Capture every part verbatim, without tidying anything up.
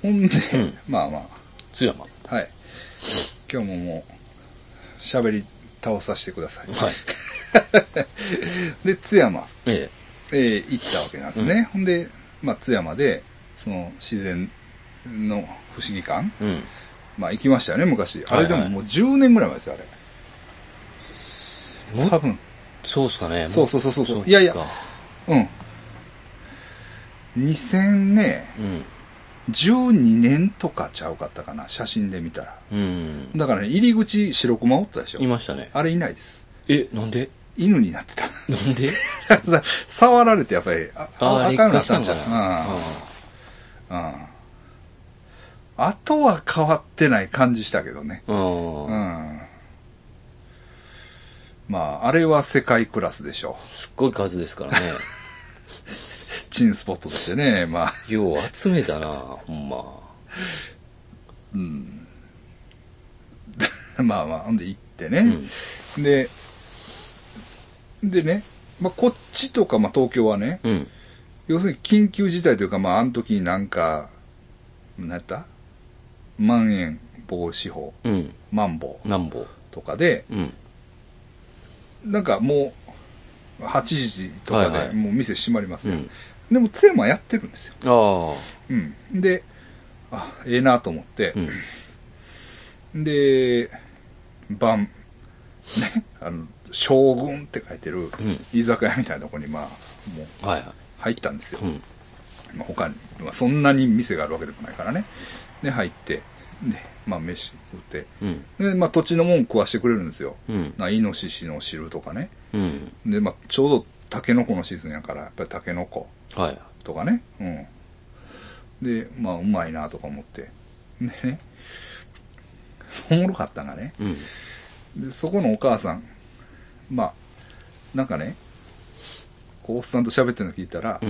ほんで、 うん、 まあまあ。 津山。 はい。今日ももう、喋り倒させてください。 はい。 で、津山。 ええー、行ったわけなんですね。うん、ほんで、まあ、津山で、その、自然の不思議館、うん、まあ、行きましたよね、昔。あれでももうじゅうねんぐらい前ですよ、あれ。多分。 そうっすかね。 そうそうそうそう。そういやいや、うん。にせんね、うん、じゅうにねんとかちゃうかったかな、写真で見たら。うん、だからね、入り口白熊おったでしょ。 いましたね。 あれいないです。 え、なんで？ 犬になってた。 なんで？ 触られてやっぱり、あ、 あ、あかんなったんじゃん。 うん。うん。あとは変わってない感じしたけどね。うん。まあ、あれは世界クラスでしょう。 すっごい数ですからね。 チンスポットとしてね、まあ。 よう集めたな、ほんま。 うん。まあまあ、ほんで行ってね。うん、で、でね、まあ、こっちとか、まあ、東京はね、うん、要するに緊急事態というか、まあ、あの時になんか、何やったまん延防止法、うん、マンボウとかで、うん、なんかもう、はちじとかでもう店閉まりますよ。はいはい、でも、津山やってるんですよ。あうん。で、あ、ええなと思って、うん、で、晩、ね、あの、将軍って書いてる居酒屋みたいなとこにまあもう入ったんですよ、はいはい、うん、まあ、他に、まあ、そんなに店があるわけでもないからね。で入ってでまあ飯食って、うん、でまあ土地のもん食わしてくれるんですよ、うん、なイノシシの汁とかね、うん、でまあちょうどタケノコのシーズンやからやっぱりタケノコとかね、はい、うん、でまあうまいなとか思ってでねおもろかったんがね、うん、でそこのお母さんまあ、なんかね、こうおっさんと喋ってるの聞いたら、うん、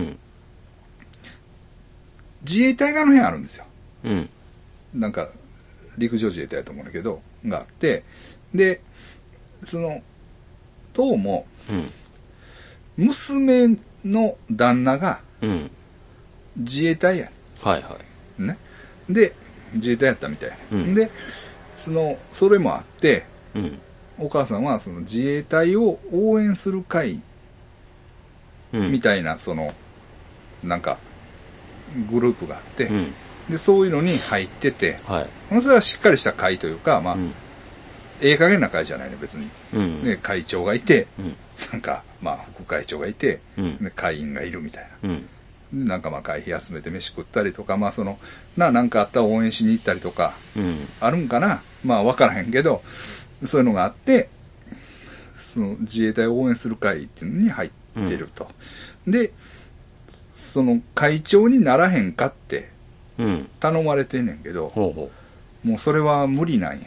自衛隊があの辺あるんですよ。うん、なんか、陸上自衛隊だと思うんだけど、があって、で、その、どうも、うん、娘の旦那が、自衛隊や、うん。はいはい。ね。で、自衛隊やったみたい。うん、で、その、それもあって、うんお母さんはその自衛隊を応援する会みたいな、そのなんかグループがあって、うん、でそういうのに入ってて、はい、それはしっかりした会というか、まあ、うん、ええ加減な会じゃないね別に、うん、で会長がいて、うん、なんかまあ副会長がいて、うん、で会員がいるみたいな、うん、でなんかまあ会費集めて飯食ったりとか、まあそのななんかあったら応援しに行ったりとか、うん、あるんかな、まあ分からへんけど。そういうのがあって、その自衛隊を応援する会っていうのに入ってると。うん、で、その会長にならへんかって頼まれてんねんけど、うん、ほうほうもうそれは無理なんやって、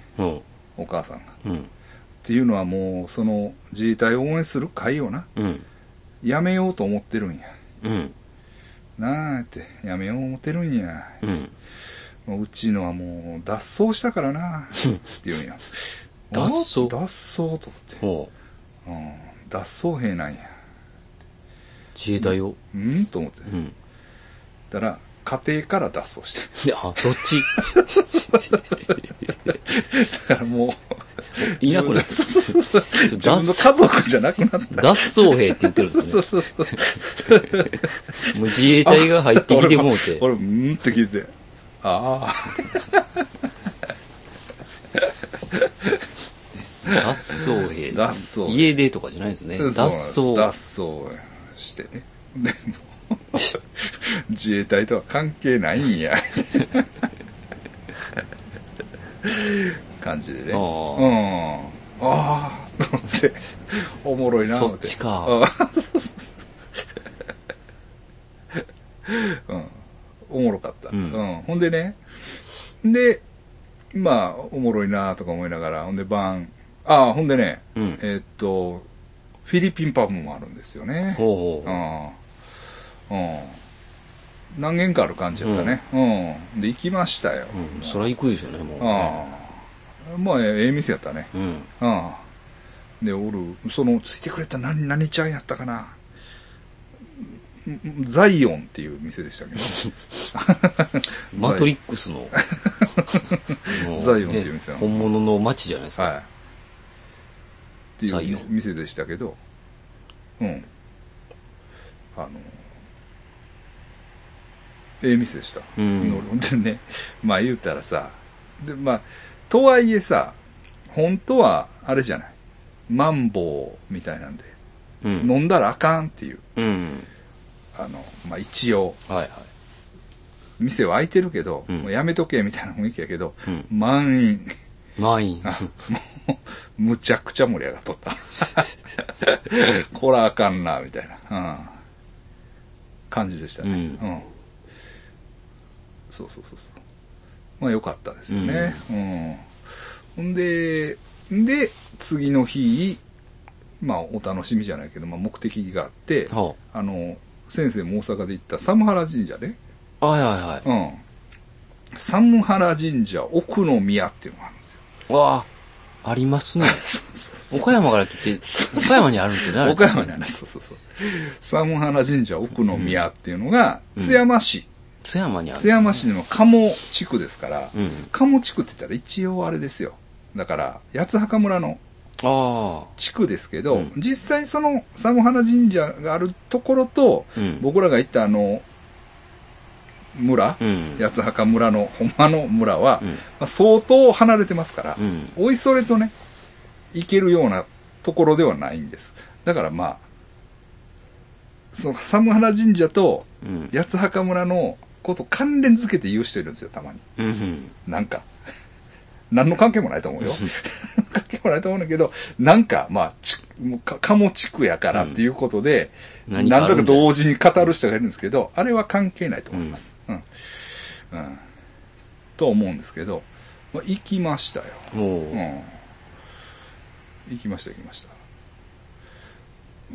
うん、お母さんが、うん。っていうのはもうその自衛隊を応援する会をな、うん、やめようと思ってるんや。うん、なあって、やめよう思ってるんや。うんうちのはもう脱走したからなって言うんや。 脱走脱走と思って、うん、脱走兵なんや。 自衛隊をうんと思って、うん、だから家庭から脱走して。 いやそっちだからもういなくなった。 自分の家族じゃなくなった。 脱走兵って言ってるんですね。そうそうそうもう自衛隊が入ってきてもうて。 俺、俺うんって聞いて。ああ。 脱走兵。 脱走。 家出とかじゃないですね。脱走。 脱走してね。でも自衛隊とは関係ないんや。感じでね。ああ。うん。ああ。と思って、おもろいなって。 そっちか。 うん。おもろかった。うん。うん、ほんでね。で、まあ、おもろいなとか思いながら、ほんで晩、ああ、ほんでね、うん、えー、っと、フィリピンパブもあるんですよね。ほうほう。うん。うん。何軒かある感じだったね。うん。うん、で、行きましたよ。 うん。そりゃ行くでしょうね、もう、ね。 ああ。まあ、ええ店やったね。うん。うん。で、おる、その、ついてくれた何、何ちゃんやったかな。 ザイオンっていう店でしたけど。 マトリックスの。 ザイオンっていう店なの、 ね、本物の街じゃないですか。はい。 っていう店でしたけど、うん。あの、ええ店でした。うん。でね、まあ言うたらさ、で、まあ、とはいえさ、本当は、あれじゃない。マンボウみたいなんで、うん、飲んだらあかんっていう。うん、あの、まあ一応、はいはい、店は開いてるけど、うん、もうやめとけみたいな雰囲気やけど、うん、満員。 満員。もう、むちゃくちゃ盛り上がっとった。こらあかんな、みたいな、うん、感じでしたね。うん。うん、そうそうそうそう。まあ良かったですよね。うん。ほ、うんで、で、次の日、まあお楽しみじゃないけど、まあ目的があって、はあ、あの、先生も大阪で行った寒原神社で、 はいはいはい。 うん。寒原神社奥の宮っていうのがあるんですよ。 わあ、ありますね。そうそうそう。岡山から来て、岡山にあるんですよね。 岡山にある、そうそうそう。寒原神社奥の宮っていうのが、うん、津山市。 津山にある、ね。 津山市の鴨地区ですから、うん、鴨地区って言ったら一応あれですよ。だから、八幡村の地区ですけど、うん、実際その寒原神社があるところと、うん、僕らが行ったあの、村、うん、八幡村の、ほんまの村は、うん、まあ、相当離れてますから、うん、おいそれとね、行けるようなところではないんです。だからまあ、その寒原神社と八幡村のこと関連付けて言う人いるんですよ、たまに。うん、なんか。何の関係もないと思うよ。関係もないと思うんだけど、なんか、まあ、ち鴨地区やからっていうことで、うん、何だか同時に語る人がいるんですけど、あれは関係ないと思います。うん。うん。と思うんですけど、まあ、行きましたよ。うん。行きました、行きました。うん、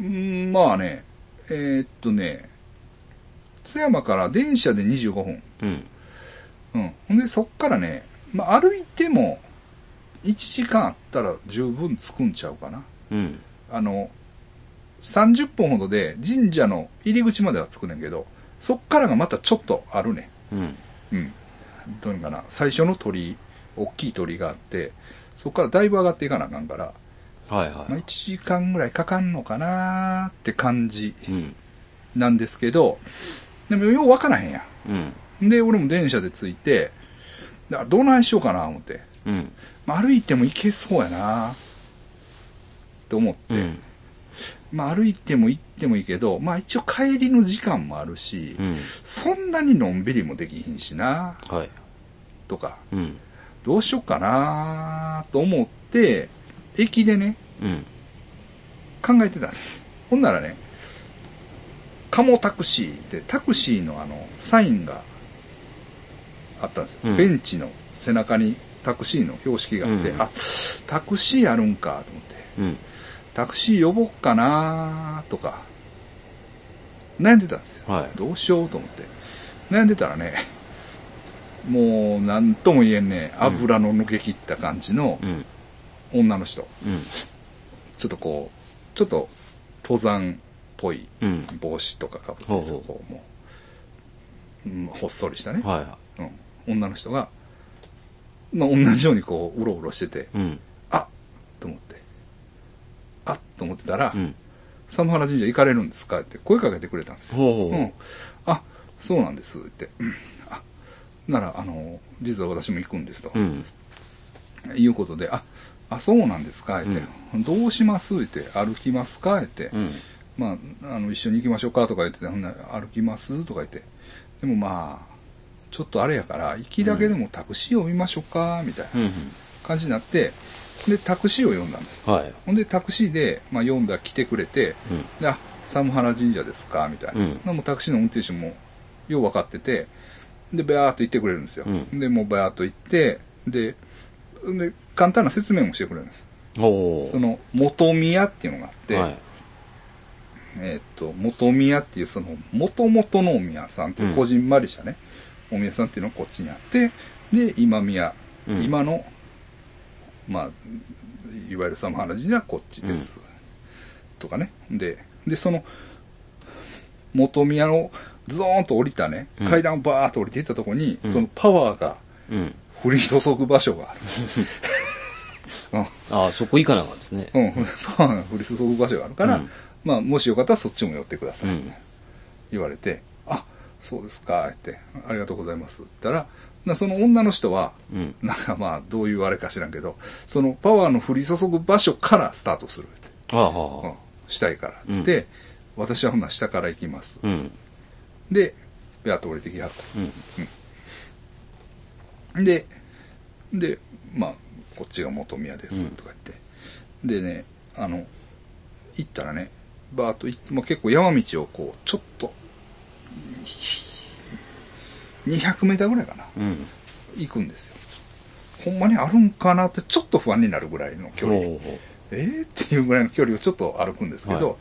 まあね、えー、っとね、津山から電車でにじゅうごふん。うん。うん。ほんで、そっからね、まあ、歩いてもいちじかんあったら十分着くんちゃうかな。うん。あの、さんじゅっぷんほどで神社の入り口までは着くねんけど、そっからがまたちょっとあるね。うん。うん。どういうのかな。最初の鳥居、大きい鳥居があって、そっからだいぶ上がっていかなあかんから、はいはい。まあ、いちじかんぐらいかかんのかなって感じなんですけど、でもようわからへんや。うん。で、俺も電車で着いて、だからどないしようかな思って、うん、まあ、歩いても行けそうやなと思って、うん、まあ歩いても行ってもいいけど、まあ一応帰りの時間もあるし、うん、そんなにのんびりもできひんしな、はい、とか、うん、どうしようかなと思って駅でね、うん、考えてたんです。ほんならね、カモタクシーってタクシーのあのサインがあったんですよ、うん、ベンチの背中にタクシーの標識があって、うん、あ、タクシーあるんかと思って、うん、タクシー呼ぼっかなとか悩んでたんですよ、はい、どうしようと思って悩んでたらね、もう何とも言えんね、油の抜け切った感じの女の人、うん、ちょっとこうちょっと登山っぽい帽子とかかぶって、うん、こうもう、うん、ほっそりしたね、はい、うん、女の人が、まあ、同じようにこううろうろしてて、うん、あっと思ってあっと思ってたら、うん、寒原神社行かれるんですかって声かけてくれたんですよ。ほうほうほう、うん、あ、そうなんですって、あ、ならあの実は私も行くんですと、うん、いうことで、あ、あ、そうなんですかって、うん、どうしますって歩きますかって、うん、まああの一緒に行きましょうかとか言って、ほんなら歩きますとか言って、でもまあちょっとあれやから行きだけでもタクシーを呼びましょうかみたいな感じになって、でタクシーを呼んだんです、はい、ほんでタクシーで、まあ、呼んだ来てくれて、うん、で、あ、寒原神社ですかみたいな、うん、もうタクシーの運転手もよう分かってて、でバーっと行ってくれるんですよ、うん、でもうバーっと行って、でで簡単な説明もしてくれるんです。その元宮っていうのがあって、はい、えー、っと元宮っていうその元々のお宮さんっていうこじんまりしたね、うん、お宮さんっていうのがこっちにあって、で今宮、うん、今のまあいわゆる寒原神社はこっちです、うん、とかね、ででその元宮のズドーンと降りたね、階段をバーっと降りていったところに、うん、そのパワーが降り注ぐ場所がある。 うん、ああ、そこ行かなかったですね。 うん、パワーが降り注ぐ場所があるから、うん、まあ、もしよかったらそっちも寄ってください。うん、言われて、あ、そうですか、って、ありがとうございます。って言ったら、その女の人は、うん、なんかまあ、どういうあれか知らんけど、そのパワーの降り注ぐ場所からスタートするって。ああ、うん、したいから。うん、で、私はほんなら下から行きます。うん、で、ビャーッと降りてきはった。うんうん、で、で、まあ、こっちが元宮です、とか言って。うん、でね、あの、行ったらね、バーッと行って、まあ、結構山道をこう、ちょっと、にひゃくメーターぐらいかな、うん、行くんですよ。ほんまにあるんかなってちょっと不安になるぐらいの距離。ほうほうえーっていうぐらいの距離をちょっと歩くんですけど、はい、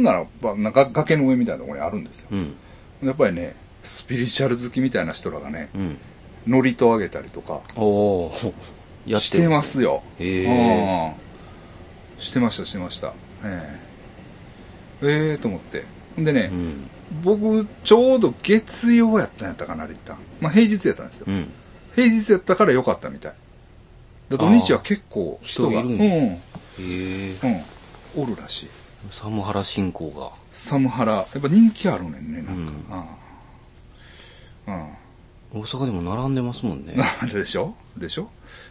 ならばなんか崖の上みたいなところにあるんですよ、うん。やっぱりね、スピリチュアル好きみたいな人らがね、うん、祝詞をあげたりとかおやってしてますよ。へーしてましたしてました。えー、えーと思って。でね、うん、僕ちょうど月曜やったんやったかな、あれ言ったん。まあ平日やったんですよ。うん、平日やったから良かったみたい。だ土日は結構人が、人いるんや。うん。へえ。うん。おるらしい。 サムハラ信仰が。 サムハラ、やっぱ人気あるねんね、なんか。うん。ああうん、大阪でも並んでますもんね。 でしょでしょ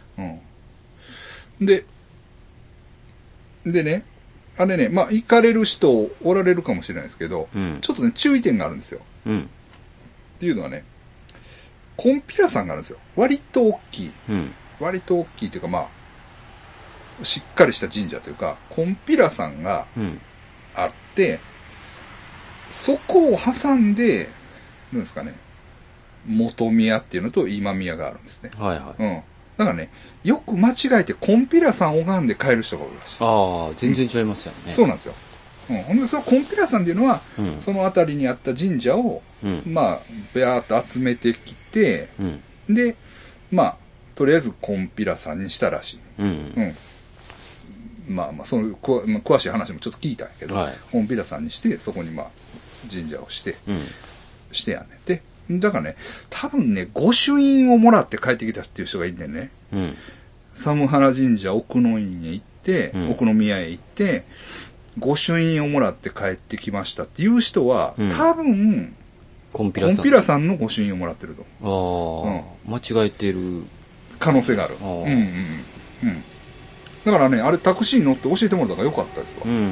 うん。で、でね、あれね、まあ、行かれる人おられるかもしれないですけど、うん、ちょっとね、注意点があるんですよ。うん。っていうのはね、コンピラさんがあるんですよ。割と大きい。うん。割と大きいというか、まあ、しっかりした神社というか、コンピラさんがあって、うん、そこを挟んで、なんですかね、元宮っていうのと今宮があるんですね。はいはい。うん。だからね、よく間違えてコンピラさん拝んで帰る人がおるらしい。 ああ、全然違いますよね、 うん。そうなんですよ。うん。ほんで、そのコンピラさんっていうのは、うん、その辺りにあった神社を、うん、まあ、べーっと集めてきて、うん、で、まあ、とりあえずコンピラさんにしたらしい。うん。うん。まあまあ、その、詳しい話もちょっと聞いたんやけど、はい、コンピラさんにして、そこにまあ、神社をして、うん、してやねん。で、だからね、多分ね、御朱印をもらって帰ってきたっていう人がいてね、うん、サムハラ神社奥の院へ行って、うん、奥の宮へ行って、御朱印をもらって帰ってきましたっていう人は、うん、多分、コンピラさん。コンピラさんの御朱印をもらってると思う。ああ、うん、間違えてる。 可能性がある。うんうんうん。うん。だからね、あれタクシーに乗って教えてもらったからよかったですわ。うん。うん。うん。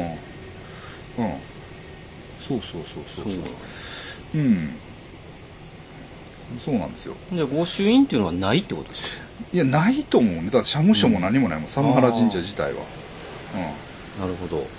そうそうそうそうそう。うん。そうなんですよ。 じゃあ御朱印っていうのはないってことですか？ いや、ないと思うね。だから社務所も何もないもん、うん、サムハラ神社自体は。 うん。なるほど。 うん。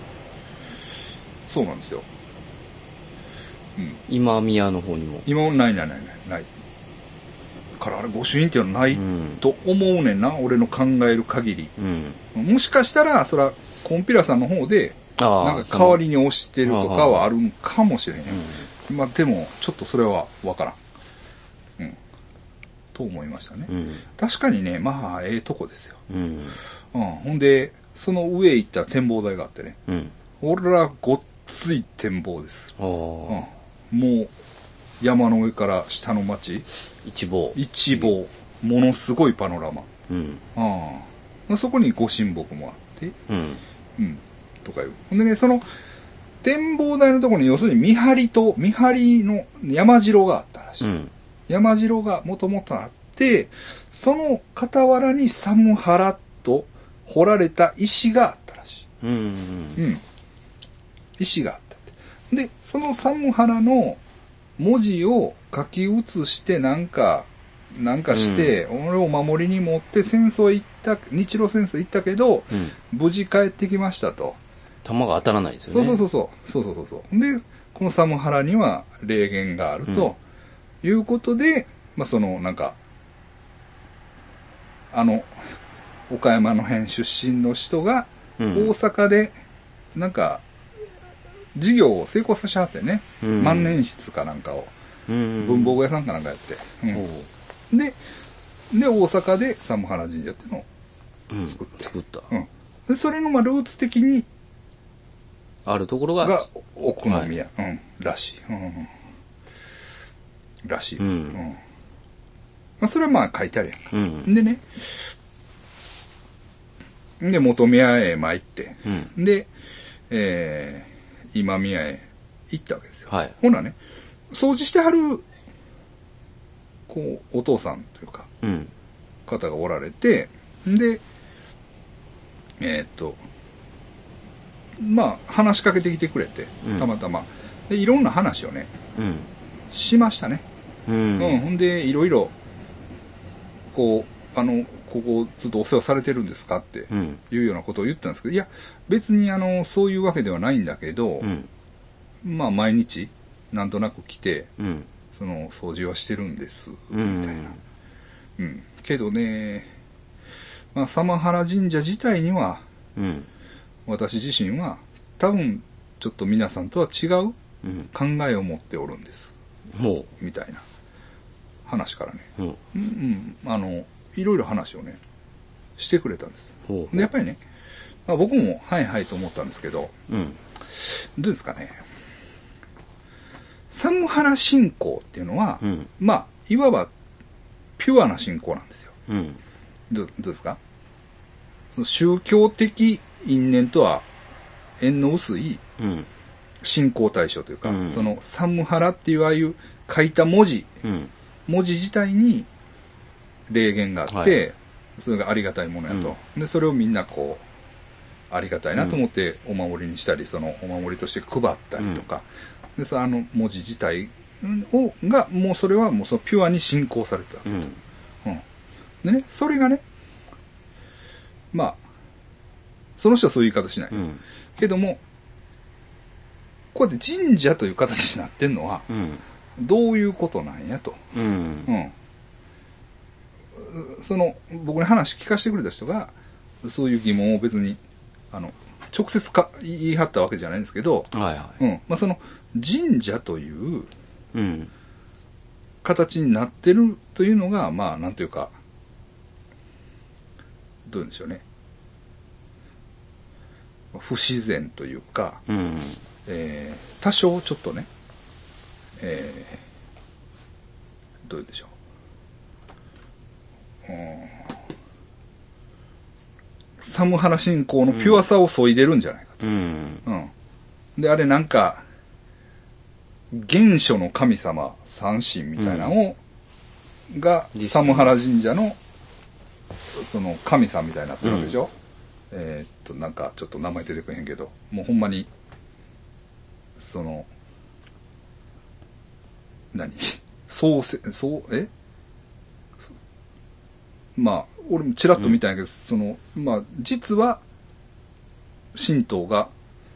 そうなんですよ。 うん。今宮の方にも。 今もないないないないない。からあれ御朱印っていうのはないと思うねんな、うん、俺の考える限り、うん、もしかしたらそらコンピラさんの方でなんか代わりに押してるとかはあるんかもしれへん、うん、まあでもちょっとそれは分からん、うん、と思いましたね、うん、確かにねまあええとこですよ、うんうん、ほんでその上行ったら展望台があってね、うん、俺らごっつい展望です、うん、もう山の上から下の町一望一望、うん、ものすごいパノラマ、うん、ああそこにご神木もあって、うんうん、とかいうほんでねその展望台のところに要するに見張りと見張りの山城があったらしい、うん、山城がもともとあってその傍らにサムハラと掘られた石があったらしい、うんうんうん、石があったってでそのサムハラの文字を書き写してなんか、なんかして、うん、俺を守りに持って戦争行った、日露戦争行ったけど、うん、無事帰ってきましたと。 弾が当たらないですよね。 そうそうそうそう。そうそうそう。で、このサムハラには霊言があると、うん、いうことで、まあその、なんか、あの、岡山の辺出身の人が、大阪で、なんか、事業を成功させはってね、うん、万年筆かなんかを、うん、文房具屋さんかなんかやって、うん、でで大阪でサムハラ神社っていうのを作って、 うん、作った、 うん、でそれのまあルーツ的にあるところが、 が奥宮、はい、うん、らしい。うん、らしい。うん。うん、まあ、それはまあ書いてあるやんか。うん、でね、で、元宮へ参って、うん、で、えー、今宮へ行ったわけですよ。はい、ほなね、掃除してはる、こう、お父さんというか、うん、方がおられて、で、えー、っと、まあ、話しかけてきてくれて、たまたま。で、いろんな話をね、うん、しましたね。うん。うん。ほんで、いろいろ、こう、あの、ここずっとお世話されてるんですかっていうようなことを言ったんですけど、いや、別にあの、そういうわけではないんだけど、うん、まあ、毎日、なんとなく来て、うん、その、掃除はしてるんです、みたいな。うん。うん。けどね、まあ、サマハラ神社自体には、うん、私自身は、多分、ちょっと皆さんとは違う考えを持っておるんです。うん、みたいな話からね。うん。うん、あの、いろいろ話をね、してくれたんです。ほうほうで、やっぱりね、まあ、僕も、はいはいと思ったんですけど、うん、どうですかね。サムハラ信仰っていうのは、うん、まあ、いわば、ピュアな信仰なんですよ。うん、ど, どうですかその宗教的因縁とは縁の薄い信仰対象というか、うん、そのサムハラっていうああいう書いた文字、うん、文字自体に霊言があって、はい、それがありがたいものやと、うん。で、それをみんなこう、ありがたいなと思ってお守りにしたり、そのお守りとして配ったりとか、うん、で、そのあの文字自体を、が、もうそれはもうそのピュアに信仰されてたわけ、うんうん。でね、それがね、まあ、その人はそういう言い方しない。うん、けども、こうやって神社という形になってんのは、うん、どういうことなんやと。うんうん、その、僕に話聞かせてくれた人が、そういう疑問を別に、あの、直接か言い張ったわけじゃないんですけど、はいはい、うん。まあ、その、神社という、形になってるというのが、まあ、なんというか、どういうんでしょうね。不自然というか、うんえー、多少ちょっとね、えー、どういうんでしょう。うんサムハラ信仰のピュアさを削いでるんじゃないかと。うんうん、で、あれなんか、原初の神様、三神みたいなのを、うん、が、サムハラ神社の、その神さんみたいになってるわけでしょ、うん、えー、っと、なんかちょっと名前出てくれへんけど、もうほんまに、その、何そうせ、そう、えまあ、俺もちらっと見たんやけど、うん、その、まあ、実は、神道が、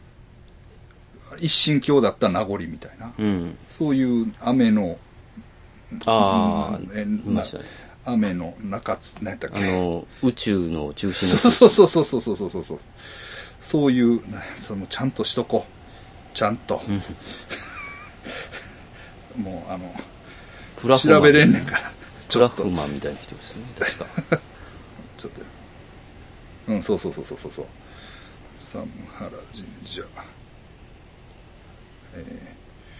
一神教だった名残みたいな、うん、そういう雨の、 ああ、えましたね。 雨の中津、何やったっけあの、宇宙の中心の。 そうそうそうそうそうそうそうそう。そういう、その、ちゃんとしとこう。ちゃんと。もう、あの、プラ調べれんねんから。 プラフマンみたいな人ですね、確か。 ちょっと。うん、そうそうそうそうそう。サムハラ神社。え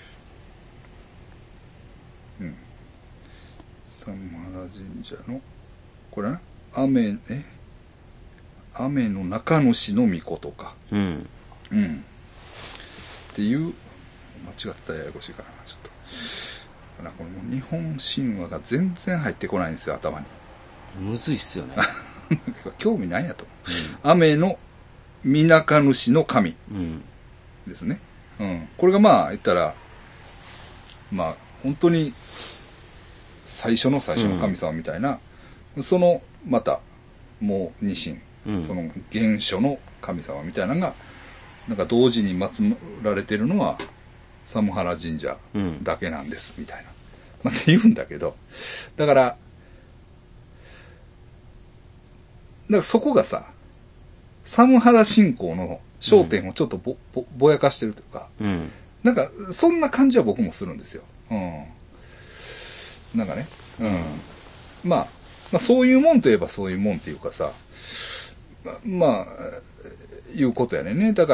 ー、うん。サムハラ神社の、これな、雨、え雨の中主の御事か。うん。うん。っていう、間違ってたらややこしいからな、ちょっと。なんかこの日本神話が全然入ってこないんですよ、頭に。 むずいっすよね。 興味ないやと。うん、雨の御中主の神ですね、うん。うん。これがまあ言ったら、まあ本当に最初の最初の神様みたいな、うん、そのまたもう二神、うん、その原初の神様みたいなのが、なんか同時に祀られてるのは、サムハラ神社だけなんです、みたいな。まあ、って言うんだけど、だから、だからそこがさ、サムハラ信仰の焦点をちょっと ぼ,、ぼ, ぼやかしてるというか、うん、なんか、そんな感じは僕もするんですよ。うん。なんかね、うん。まあ、まあ、そういうもんといえばそういうもんっていうかさ、まあ、まあ、いうことやねんね。だから、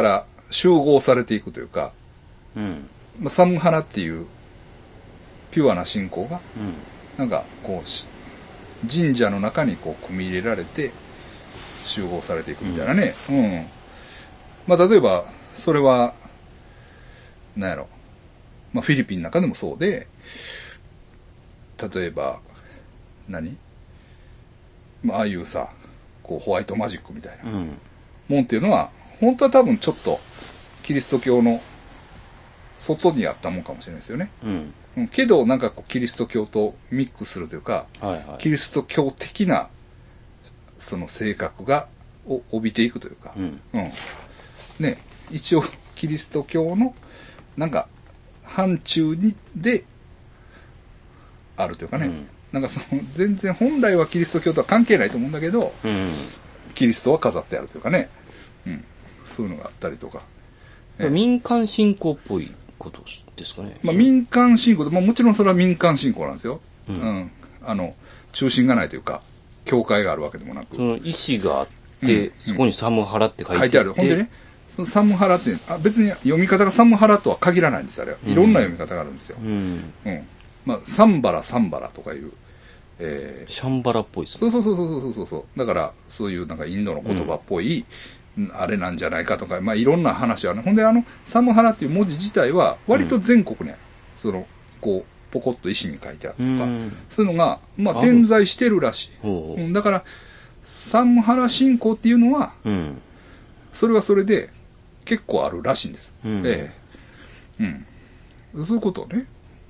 集合されていくというか、 うん。 まあ、サムハラっていうピュアな信仰が、 うん。 なんかこう、神社の中にこう組み入れられて集合されていくみたいなね。うん。うん、まあ例えば、それは、なんやろ。まあフィリピンの中でもそうで、例えば、何まあああいうさ、こうホワイトマジックみたいな、うん、もんっていうのは、本当は多分ちょっとキリスト教の外にあったもんかもしれないですよね。うん。けどなんかこうキリスト教とミックスするというか、はいはい、キリスト教的なその性格がを帯びていくというか、うん。うん、ね、一応キリスト教のなんか範疇にであるというかね、うん、なんかその全然本来はキリスト教とは関係ないと思うんだけど、うん、キリストは飾ってあるというかね、うん、そういうのがあったりとか。 民間信仰っぽいことですかね。 まあ民間信仰、まあもちろんそれは民間信仰なんですよ。うん。うん、あの、中心がないというか、教会があるわけでもなく。 その意思があって、うん、そこにサムハラって書いてある。 書いてある。ほんでね、そのサムハラって、あ別に読み方がサムハラとは限らないんです、あれは。いろんな読み方があるんですよ。うん。うん。まあ、サンバラ、サンバラとかいう。 えー、シャンバラっぽいですね。そうそうそうそうそうそう。だから、そういうなんかインドの言葉っぽい、うん、あれなんじゃないかとか、まあいろんな話はね。ほんであの、サムハラっていう文字自体は、割と全国ね、うん、その、こう、ポコッと石に書いてあるとか、うん、そういうのが、まあ点在してるらしい。うん、だから、サムハラ信仰っていうのは、うん、それはそれで結構あるらしいんです。うん、ええ。うん。そういうことね。うん。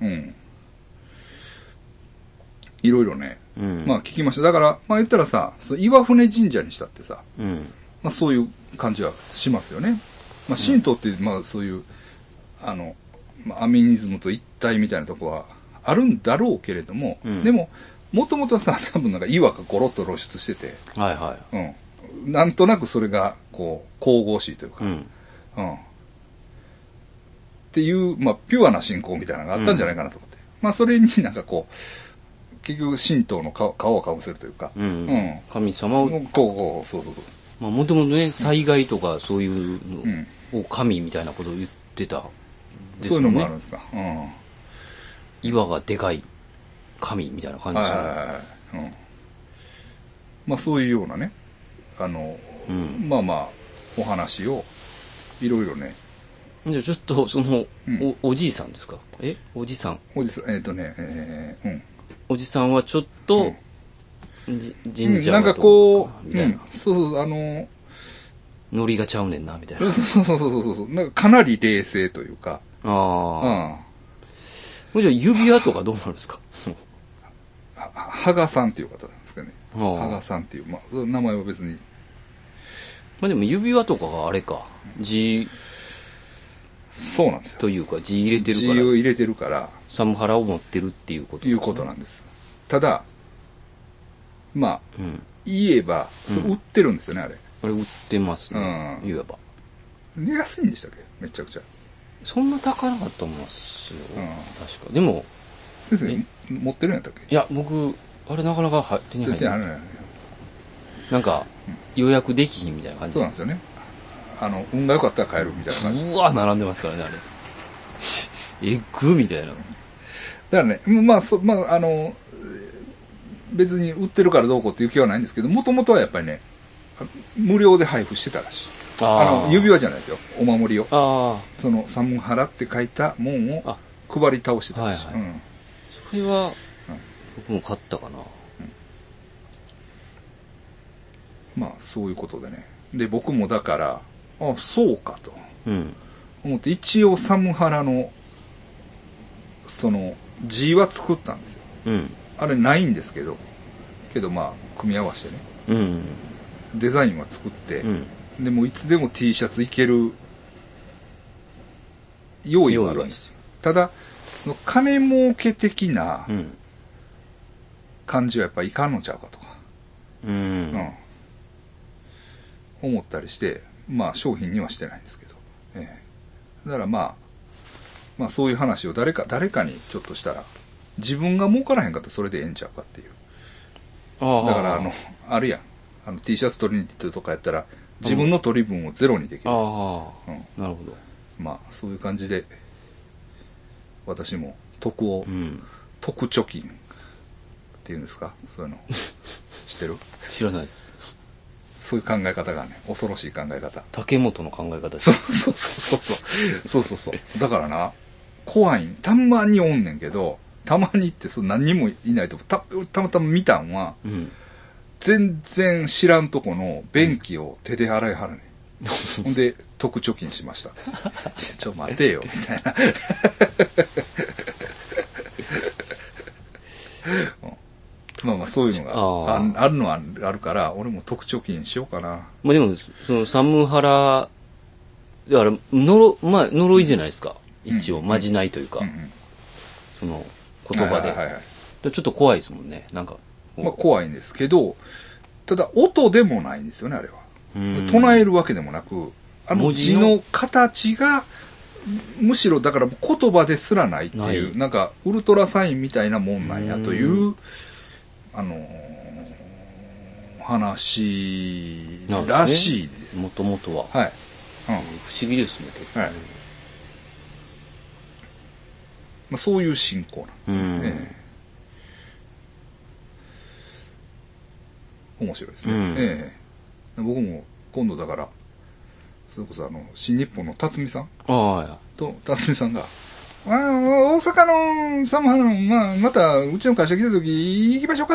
いろいろね、うん、まあ聞きました。だから、まあ言ったらさ、岩船神社にしたってさ、うん、まあそういう感じはしますよね。まあ神道って、まあそういう、あの、まあ、アミニズムと一体みたいなとこはあるんだろうけれども、うん、でも、もともとはさ、多分なんか岩がゴロッと露出してて、はいはい。うん。なんとなくそれが、こう、神々しいというか、うん。うん。っていう、まあピュアな信仰みたいなのがあったんじゃないかなと思って。うん、まあそれになんかこう、結局神道の顔をかぶせるというか、うんうん、 神様をこうこうそうそうそう、 まあもともとね災害とかそういうのを神みたいなことを言ってた、 ですよね、そういうのもあるんですか、うん、 岩がでかい神みたいな感じですよね、はいはいはい、うん、 まあそういうようなねあの、うん、まあまあお話をいろいろね、 じゃあちょっとその、うん、お, おじいさんですか、えおじさんおじさんえっ、ー、とねえー、うんおじさんはちょっと、うん、神社なんかこう、うん、そうそう、あの、 ノリがちゃうねんな、みたいな。 そうそうそうそうそう、なんかかなり冷静というか。ああ。うん。じゃあ指輪とかどうなるんですかはがさんっていう方なんですかね。はがさんっていう、まあ、その名前は別に。 まあでも指輪とかがあれか、字、 そうなんですよ。 というか字入れてるから。 字を入れてるから。 サムハラを持ってるっていうこと、 ね、いうことなんです。ただ、まあ、うん、言えば、売ってるんですよね、うん、あれ。 あれ売ってますね。うん、言えば。 安いんでしたっけめちゃくちゃ。 そんな高なかったと思いますよ。うん、確か。でも、 先生、持ってるんやったっけいや、僕、あれなかなか手に入ってない。なんか、予約できひんみたいな感じ。 そうなんですよね。あの、運が良かったら買えるみたいな感じ。 うわ並んでますからね、あれ。えぐみたいな。 だからね、まあ、そ、まあ、あの、別に売ってるからどうこうっていう気はないんですけど、もともとはやっぱりね、無料で配布してたらしい。あの、指輪じゃないですよ。お守りを。あその、サムハラって書いたもんを配り倒してたらしい。はいはい、うん、 それは、僕も買ったかな、 うん。まあ、そういうことでね。で、僕もだから、あ、そうかと。うん、思って、一応サムハラの、その、字は作ったんですよ。うん、あれないんですけど、けどまあ、組み合わせてね。うん、デザインは作って、うん、でもいつでも T シャツいける用意はあるんです。ただ、その金儲け的な感じはやっぱいかんのちゃうかとか、うんうん、思ったりして、まあ商品にはしてないんですけど。ええ、だからまあ、まあそういう話を誰か、誰かにちょっとしたら、自分が儲からへんかったらそれでええんちゃうかっていう。だからあの、あるやん。あの T シャツトリニティとかやったら、 自分の取り分をゼロにできる。 ああ、うん、なるほど。 まあ、そういう感じで、私も得を、 うん、 得貯金っていうんですか、そういうの。知ってる？ 知らないです。 そういう考え方がね、恐ろしい考え方。 竹本の考え方です。 そうそうそうそう。そうそうそう。だからな、怖いん、たまにおんねんけど、たまにってそう何人もいないと、た、たまたま見たんは、うん、全然知らんとこの便器を手で洗いはるねん。ほんで、得貯金しました。ちょ、待てよ、みたいな。まあまあそういうのが あ, あるのはあるから、俺も得貯金しようかな。 まあでも、そのサムハラ、だから、呪、まあ呪いじゃないですか。一応、まじないというか、うんうん、その言葉で、はいはいはいはい。ちょっと怖いですもんね、なんか。 まあ怖いんですけど、ただ音でもないんですよね、あれは。唱えるわけでもなく、あの字の形が、むしろだから言葉ですらないっていう、な, なんかウルトラサインみたいなもんなんやという、うあのー、話らしいです。 もともとは。 はい、 うん。不思議ですね、結構。はい。 まあ、そういう信仰なんですね。ええ、面白いですね。ええ、僕も今度だから、それこそあの、新日本の辰巳さんと、辰巳さんが、あ大阪のサムハラの、まあ、また、うちの会社来た時、行きましょうか。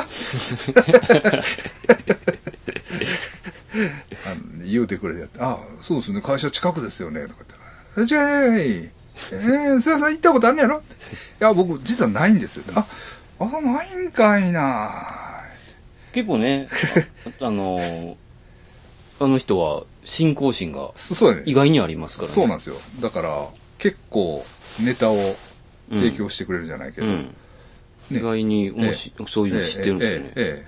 あの言うてくれて、あそうですね、会社近くですよね、とか言って。じゃあ、えー、すいません、行ったことあるんやろ？いや、僕、実はないんですよ。あ、あ、ないんかいな。 結構ね、あ, あの、あの人は、信仰心が意外にありますからね。 そうなんですよ。だから結構ネタを提供してくれるじゃないけど、うんうんね、 意外にもし、ええ、そういうの知ってるんですよね、ええ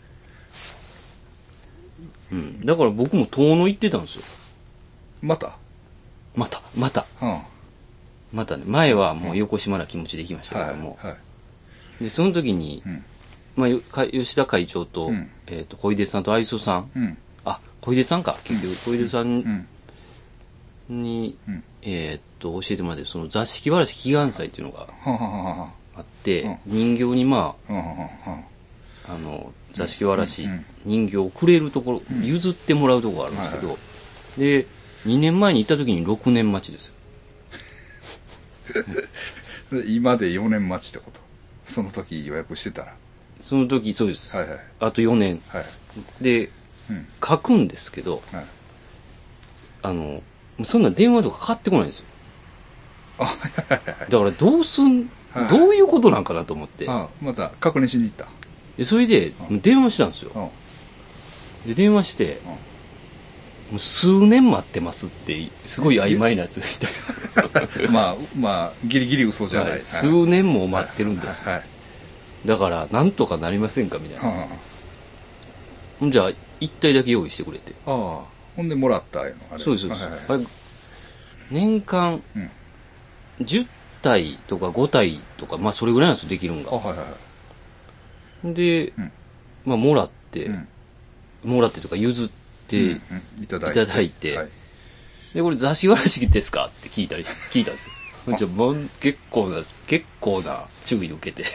ええうん。だから僕も遠野行ってたんですよ。 またまたまた、うん、またね、前はもう横島な気持ちで行きましたけども、はいはい、でその時に、うんまあ、吉田会長と、うんえー、と小出さんと愛想さん、うんあ、小出さんか、結局、小出さんに、うん、えー、っと、教えてもらって、その座敷わらし祈願祭っていうのがあって、うん、人形にまあ、うん、あの、座敷わらし、人形をくれるところ、うん、譲ってもらうところがあるんですけど、はいはい、で、にねんまえに行った時にろくねん待ちですよ。今でよねん待ちってこと？その時予約してたら。 その時、そうです。はいはい、あとよねん。はい、で、うん、書くんですけど、はい、あのそんな電話とかかかってこないんですよ。だからどうすん、はい、どういうことなんかなと思って。 ああまた確認しに行った。 でそれで電話したんですよ。で電話して、もう数年待ってますってすごい曖昧なやつみたいな。 まあまあギリギリ嘘じゃない。はい、 数年も待ってるんですよ。はいはい、だからなんとかなりませんかみたいな。はあ、じゃあ一体だけ用意してくれて。 ああ、ほんでもらったのあれ。 そうですそうです。はいはい、年間じゅったいとかごたいとかまあそれぐらいなんですよできるんが。あ、はいはい、で、うん、まあもらって、うん、もらってとか譲って、うんうん、いただいて、いただいてはい、でこれ座敷わらしですかって聞いたり聞いたんですよ。じゃあもう結構な結構な注意を受けて。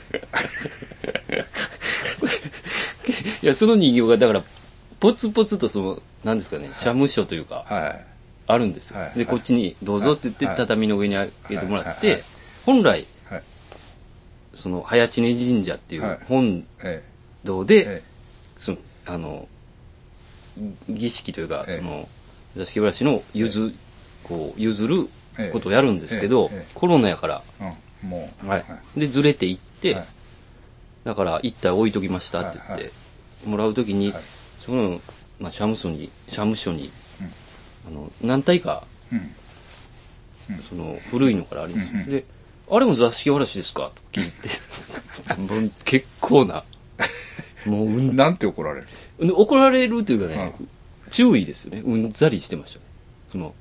いやその人形がだからポツポツとその何ですかね、はい、社務所というか、はい、あるんですよ、はい、でこっちにどうぞって言って畳の上にあげてもらって、はいはい、本来、はい、その早知根神社っていう本堂で、はい、そのあの儀式というか、はい、その座敷わらしの譲、はい、こう譲ることをやるんですけど、はいはい、コロナやから、うん、もう、はい、でずれていって、はい、だから一体置いときましたって言って、はいはい、もらうときに、はい、その、まあ、社務所に社務所に、うん、あの何体か、うん、その古いのからあるんですよ、うんうん、であれも座敷わらしですかと聞いて結構なもう、うん、なんて怒られる怒られるというかね、うん、注意ですよね。うんざりしてましたね。その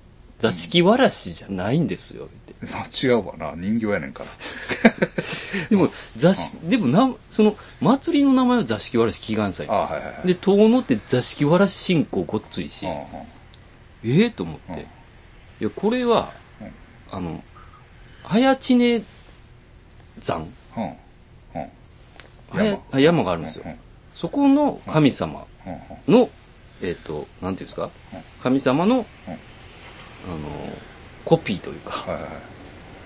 座敷わらしじゃないんですよ、って。 違うわな、人形やねんから。 でも、座敷、うん、でもな、その、祭りの名前は座敷わらし祈願祭です。 はいはいはい、 で、遠野って座敷わらし信仰ごっついし、うんうん、ええー、と思って。うん、いや、これは、うん、あの、早知根山、うんうん、山, 山があるんですよ。うんうん、そこの神様の、えっ、ー、と、なんていうんですか、神様の、あの、コピーというか、はいはいはい、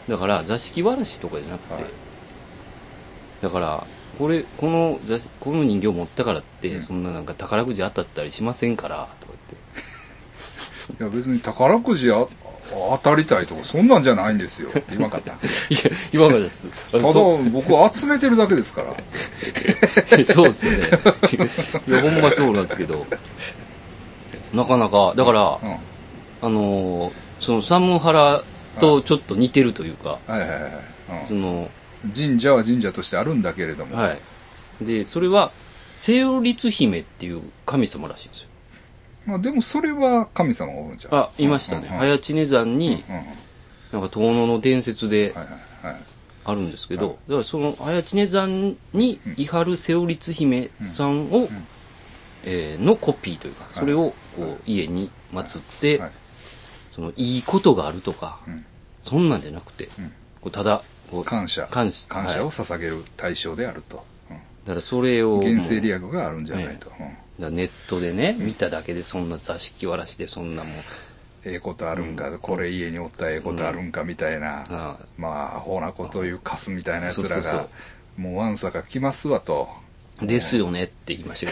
だから座敷わらしとかじゃなくて、はい、だからこれこのこの人形持ったからって、うん、そんななんか宝くじ当たったりしませんからとか言っていや別に宝くじあ当たりたいとかそんなんじゃないんですよって言わんかったいや言わんかったですただ僕は集めてるだけですからそうですよねいやほんまそうなんですけどなかなかだから、うん、あのー、その三門原とちょっと似てるというか、はいはいはいはい、うん、その神社は神社としてあるんだけれども、 はい、でそれは聖律姫っていう神様らしいんですよ。 まあでもそれは神様がおるんじゃん。 あ、いましたね。うんうん、早知根山に、うんうん、なんか遠野の伝説であるんですけど、はいはいはい、だからその早知根山にいはる聖律姫さんを、うんうん、えー、のコピーというか、それをこう家に祀って、はいはい、そのいいことがあるとか、うん、そんなんじゃなくて、うん、こうただこう感謝感謝感謝を捧げる対象であると、うん、 だからそれを原生利益があるんじゃないと、 ね、うん、だからネットでね、見ただけでそんな座敷わらしでそんなもんええことあるんか、うん、これ家におったらええことあるんかみたいな、うん、まあアホなこと言うカスみたいなやつらがそうそうそうもうわんさか来ますわとですよねって言いました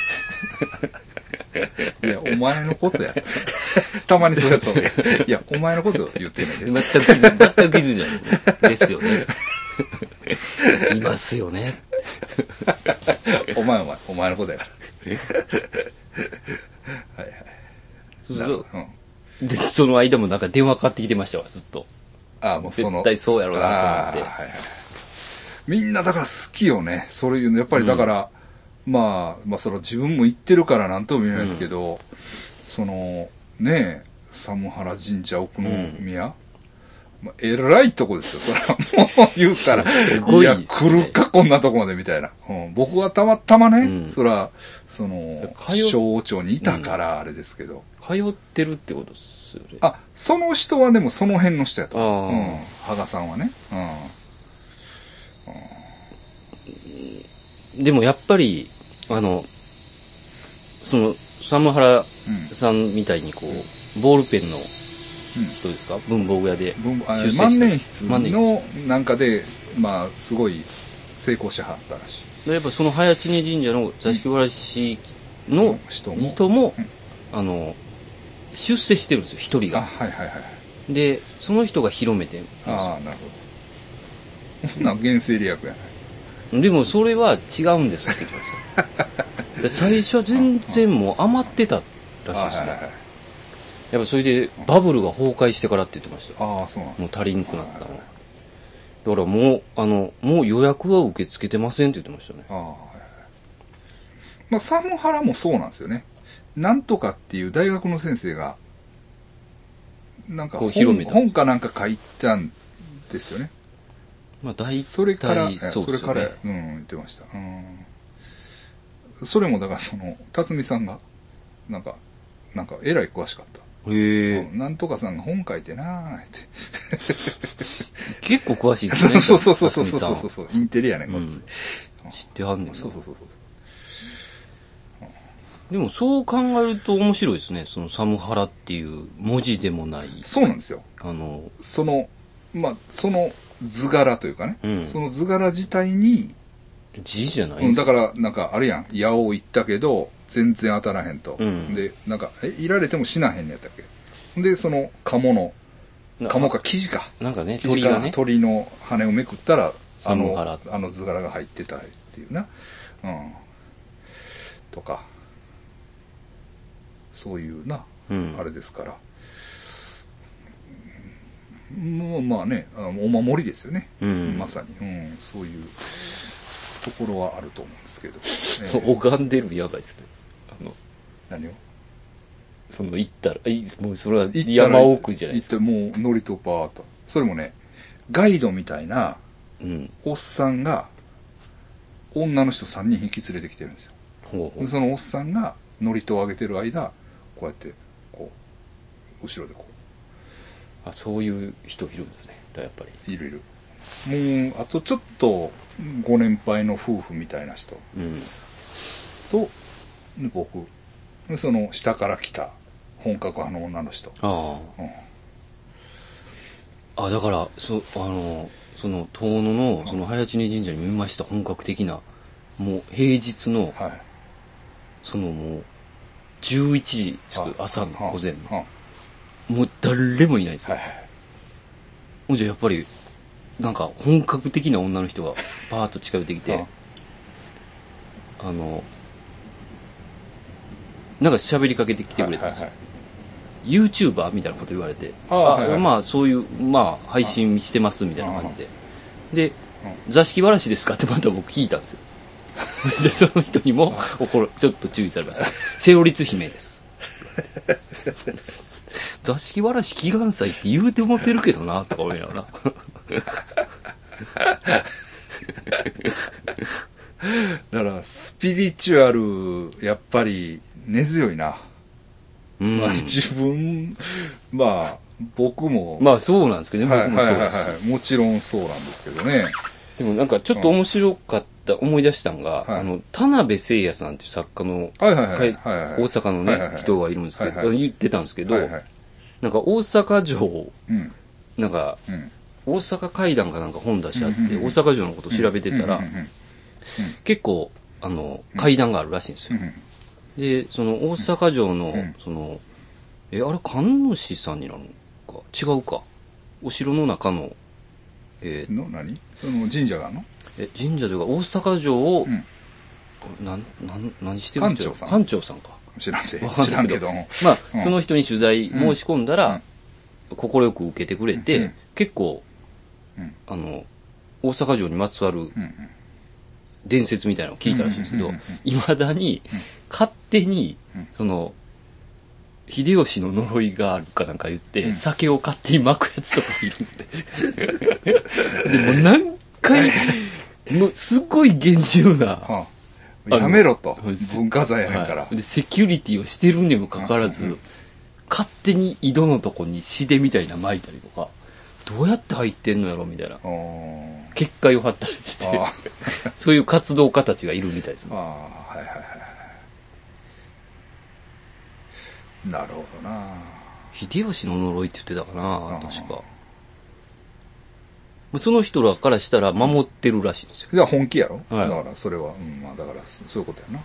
けどいやお前のことやたまにそうやついやお前のこと言ってんねんけど全く気づ全く気づいじゃないですよねいますよねお前お前お前のことやからはいはいそうそう、うん、でその間もなんか電話かかってきてましたわずっと。 ああもうその絶対そうやろうなと思って、はいはい、 みんなだから好きよねそういうのやっぱりだから、うん、まあまあその自分も言ってるからなんとも言えないですけど、うん、そのねえ寒原神社奥宮、うんまあ、えらいとこですよそれはもう言うたらすごい、ね、いや来るかこんなとこまでみたいな、うん、僕はたまたまね、うん、それはその小王町にいたからあれですけど、 うん、通ってるってことですよね。 あその人はでもその辺の人やと思う、うん、羽賀さんはね、 うん、でもやっぱりあのその寒原さんみたいにこう、うん、ボールペンの人ですか、うん、文房具屋で出世した万年筆のなんかでまあすごい成功しはったらしい。 やっぱその早知根神社の座敷わらしの人も、人もうん、あの出世してるんですよ一人が。あ、はいはいはい。でその人が広めてるんですよ。 ああなるほど。な原生利益やない。でもそれは違うんですって言ってました。最初は全然もう余ってたらしいですね。はいはいはい、やっぱそれでバブルが崩壊してからって言ってました。 ああそうなんもう足りんくなったの。だからもうあのもう予約は受け付けてませんって言ってましたね。ああ、はいはい、 まあ寒原もそうなんですよね。なんとかっていう大学の先生がなんか 本, 本かなんか書いたんですよね。 まあ大体それからそうですよね。 それからうん言ってました。うん。それもだからその辰巳さんがなんかなんかえらい詳しかった。 へえ、 うん。なんとかさんが本書いてなーって。 結構詳しいですね。 そうそうそうそうそうそうそう。インテリやねん、こっち、 うん。知ってはんねんな。 そうそうそうそう。 でもそう考えると面白いですね。そのサムハラっていう文字でもない。 そうなんですよ。 あの、 その、まあ、その図柄というかね。うん、その図柄自体に。 字じゃない、 うん、だから、なんかあるやん。矢を言ったけど、全然当たらへんと。うん、で、なんか、え、いられても死なへんねやったっけ。で、その、鴨の、鴨か生地か。 なんかね、鳥がね。 鳥の羽をめくったら、あの、あの図柄が入ってたっていうな。うん。とか。そういうな、うん、あれですから。もうまあね、あのお守りですよね。うん、まさに、うん。そういうところはあると思うんですけど。 拝んでるやばいですね。あの、 何をその行ったら、もうそれは山奥じゃないですか。 行ってもうノリとバーっと。それもね、ガイドみたいな、うん、おっさんが、女の人さんにん引き連れてきてるんですよ。ほうほう。そのおっさんがノリとを上げてる間、こうやって、こう、後ろでこう。あ、そういう人いるんですね。やっぱり。 いるいる。もう、あとちょっと、ご年配の夫婦みたいな人。うん、と、僕。その、下から来た、本格派の女の人。ああ。うん、 あ、だから、そ、あの、その、遠野の、その、早知根神社に見ました、本格的な、もう、平日の、はい、その、もう、じゅういちじ、朝の、午前の。もう、誰もいないですよ。はいはい、ほんじゃ、やっぱり、なんか、本格的な女の人が、パーッと近寄ってきて、あの、なんか喋りかけてきてくれたんですよ。はいはいはい、YouTuber みたいなこと言われて、あ、はいはい、まあそういう、まあ配信してますみたいな感じで。で、座敷わらしですかってまた僕聞いたんですよ。で、その人にも怒る、ちょっと注意されました。セオリツ姫です。座敷わらし祈願祭って言うて思ってるけどな、とか思いながら。 だからスピリチュアルやっぱり根強いな、うん、まあ自分まあ僕もまあそうなんですけどね、 はい、 僕もそうです、 はいはいはい、もちろんそうなんですけどね。 でもなんかちょっと面白かった、うん、思い出したのが、はい、あの田辺誠也さんっていう作家の、はいはいはいはいはい、大阪のね、はいはいはい、人がいるんですけど、はいはい、言ってたんですけど、はいはい、なんか大阪城、うん、なんか、うん、大阪会談かなんか本出しあって、うんうんうん、大阪城のことを調べてたら、うんうんうんうん、結構あの階段があるらしいんですよ、うん、でその大阪城の、うん、そのえあれ神主さんになるのか違うかお城の中のえー、の何その神社があるのえ神社というか大阪城を、うん、なんなん何してるんですか館長さん館長さんか知らんけど知らんけどまあ、うん、その人に取材申し込んだら快、うん、く受けてくれて、うん、結構、うん、あの大阪城にまつわる、うんうん伝説みたいなのを聞いたらしいんですけど、いまだに勝手にその秀吉の呪いがあるかなんか言って、うん、酒を勝手に巻くやつとかいるんですね。でも何回もうすごい厳重な、はあ、やめろと文化財やねんから、はい、でセキュリティをしてるにもかかわらず、うんうん、勝手に井戸のとこに詩でみたいな巻いたりとか。どうやって入ってんのやろみたいな結界を張ったりしてそういう活動家たちがいるみたいですね。あ、はいはいはい、 なるほどな。 秀吉の呪いって言ってたかな確か。その人らからしたら守ってるらしいんですよ。 じゃあ本気やろ、はい、だからそれは、うん、まあだからそういうことやな、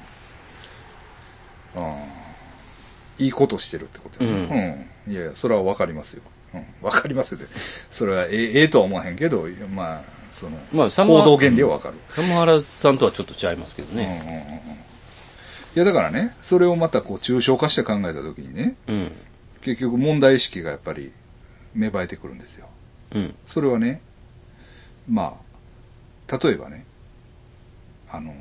うん、あいいことしてるってことやな、うんうん、いやいやそれは分かりますよ、うん、分かりますよってそれはえええとは思わへんけどまあその、まあ、行動原理は分かる。 サムハラさんとはちょっと違いますけどね、うんうんうん、 いやだからねそれをまたこう抽象化して考えた時にね、うん、結局問題意識がやっぱり芽生えてくるんですよ、うん、それはねまあ例えばねあの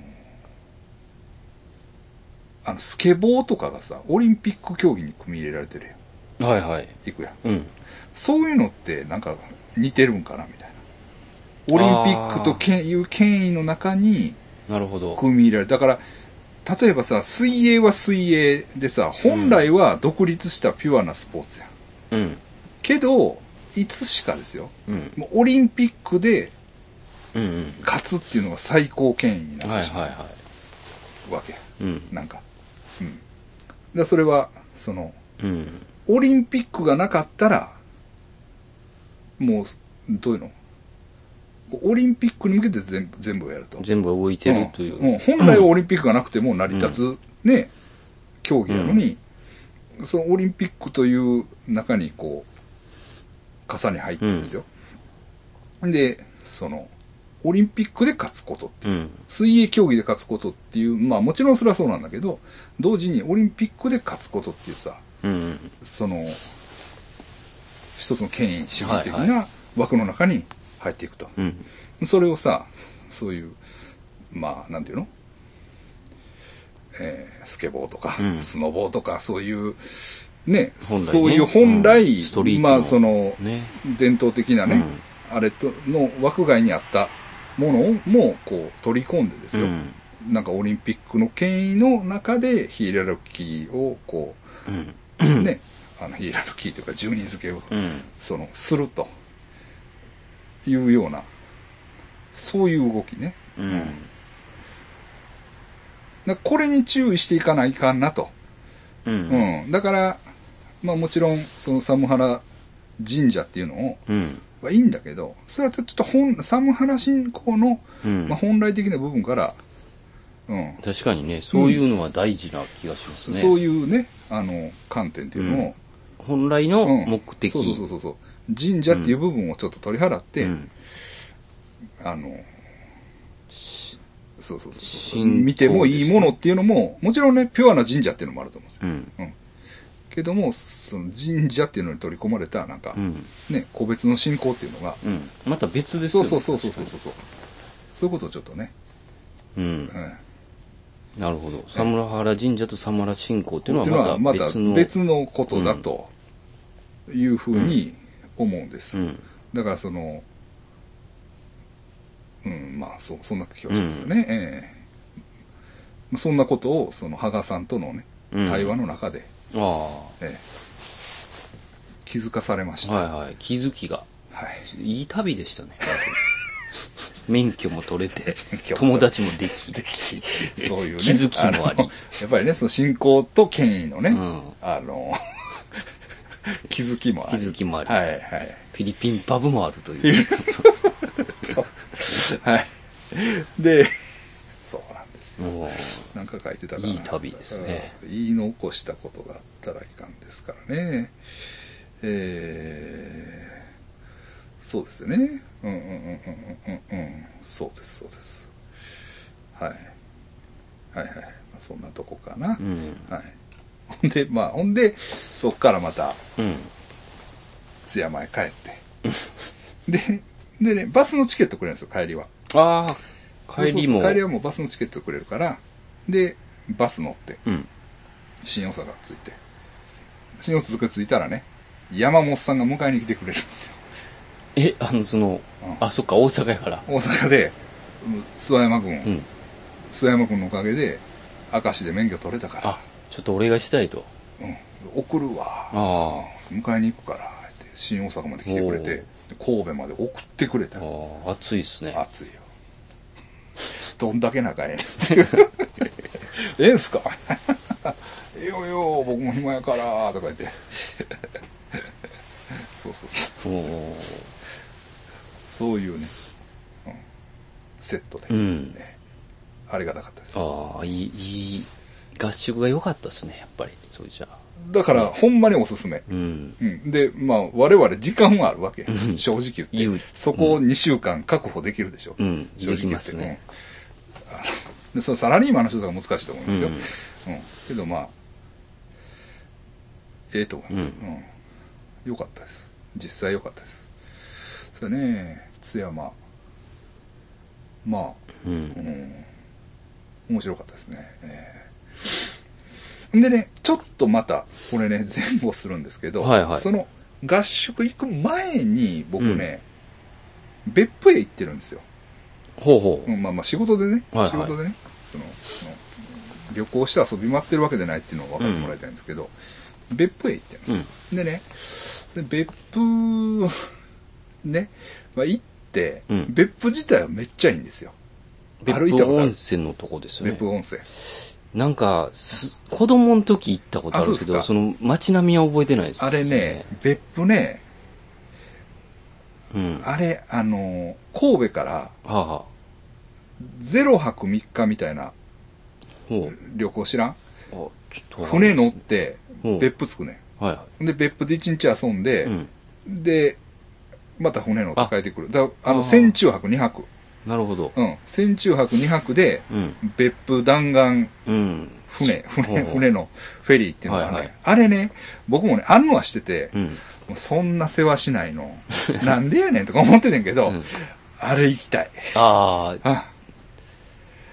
あのスケボーとかがさオリンピック競技に組み入れられてるやん。 はいはいいくやん、うん、そういうのってなんか似てるんかなみたいな。オリンピックという権威の中に組み入れられる。だから例えばさ水泳は水泳でさ本来は独立したピュアなスポーツやん、うん、けどいつしかですよ、うん、もうオリンピックで勝つっていうのが最高権威になってしまうわけや、うん、なんか、うん、だそれはその、うん、オリンピックがなかったらもうどういうのオリンピックに向けて全部全部やると全部動いてるという、 うんうん、本来はオリンピックがなくても成り立つ、うん、ね競技なのに、うん、そのオリンピックという中にこう傘に入ってるんですよ、うん、でそのオリンピックで勝つことっていう、うん、水泳競技で勝つことっていうまあもちろんそれはそうなんだけど同時にオリンピックで勝つことっていうさ、うん、その一つの権威主義的な枠の中に入っていくと、はいはいうん、それをさそういうまあなんていうのえー、スケボーとか、うん、スノボーとか、そういう、ね、ねそういう本来、 うん、 まあその、ね、伝統的なね、うん、あれとの枠外にあったものをもこう取り込んでですよ、うん、なんかオリンピックの権威の中でヒエラルキーをこう、うん、ね、あのヒエラルキーというか順位付けを、うん、そのするというようなそういう動きね、うん、だこれに注意していかないかんなと、うんうん、だからまあもちろんそのサムハラ神社っていうのを、うんはいいんだけど、それはちょっと本サムハラ信仰の、うんまあ、本来的な部分から、 うん、確かにねそういうのは大事な気がしますね、 うん、そういうねあの観点っていうのを、 うん、本来の目的、 うん、そうそうそうそう神社っていう部分をちょっと取り払って、うん、あのそうそうそう見てもいいものっていうのももちろんねピュアな神社っていうのもあると思うんですよ、うんうんけどもその神社っていうのに取り込まれたなんか、うん、ね個別の信仰っていうのが、 うん、また別ですよね。 そうそうそうそうそうそうそういうことをちょっとね、うん、うん、 なるほど。サムラハラ神社とサムハラ信仰っていうのはまた別の、 また別のことだというふうに思うんです。うん、だからそのうんまあそそんな気がしますよね。うんえー、そんなことをその羽賀さんとのね対話の中で。ああ、ええ、気づかされました。 はいはい、気づきが、はい、いい旅でしたね。免許も取れて、友達もでき、できそういうね、 気づきもあり、 やっぱりね、その信仰と権威のね、うん、あの気づきもあり、 気づきもあり、 はいはい、 フィリピンパブもあるという。 はい。で、そうなんですよ。なんか書いてたから。 いい旅ですね。 言い残したことがあったらいかんですからね。えー、そうですよね。うんうんうんうんうんうん。そうですそうです。はい。はいはい。まあ、そんなとこかな。うん、はい。ほんで、まあ、ほんで、そっからまた、うん、津山へ帰って。で、でね、バスのチケットくれるんですよ、帰りは。 ああ、帰りも。 そうそうそう帰りはもうバスのチケットくれるから、で、バス乗って、うん、新大阪着いて、新大阪着いたらね、山本さんが迎えに来てくれるんですよ。 え、あの、その、うん、あ、そっか、大阪やから。 大阪で、諏訪山君、うん、諏訪山君のおかげで、明石で免許取れたから。 あ、ちょっとお願いしたいと。 うん、送るわ。あ迎えに行くから、って新大阪まで来てくれて、神戸まで送ってくれた。 ああ、暑いっすね。 暑いよ。どんだけ仲ええねん。ええんすかええよよ、僕も暇やから、とか言って。そうそうそう。そういうね、うん、セットで、ね、うん、ありがたかったです。 ああ、いい、いい、合宿が良かったですね、やっぱり。そうじゃだから、ほんまにおすすめ。うんうん、で、まあ、我々時間はあるわけ。うん、正直言って。そこをにしゅうかん確保できるでしょ。うん、正直言って。できますね。あのでそのサラリーマンの人とか難しいと思うんですよ。うんうん、けどまあ、ええと思います。うん。良、うん、かったです。実際良かったです。それね、津山、まあ、うん、うん、面白かったですね。えーでね、ちょっとまた、これね、前後するんですけど、はいはい、その合宿行く前に、僕ね、うん、別府へ行ってるんですよ。 ほうほう。 うん、まあまあ仕事でね、はいはい、仕事でね、その、その旅行して遊び回ってるわけじゃないっていうのを分かってもらいたいんですけど、うん、別府へ行ってるんですよ。うん、でね、それ別府、ね、まあ、行って、うん、別府自体はめっちゃいいんですよ。 別府温泉のとこですよね。 別府温泉。 なんか、子供の時行ったことあるけど、その街並みは覚えてないです、 ね。あれね、別府ね、うん、あれ、あの、神戸から、はあはあ、ゼロはくみっかみたいな旅行知らん？船乗って、別府着くね、はいはい。で、別府で一日遊んで、うん、で、また船乗って帰ってくる。だあの、船中泊にはく。 なるほど。 うん。船中泊にはくで、うん、別府弾丸、うん、船、船、船のフェリーっていうのがね、はいはい、あれね、僕もね、あんのはしてて、うん、もうそんな世話しないの、なんでやねんとか思っててんけど、うん、あれ行きたい。ああ。 い、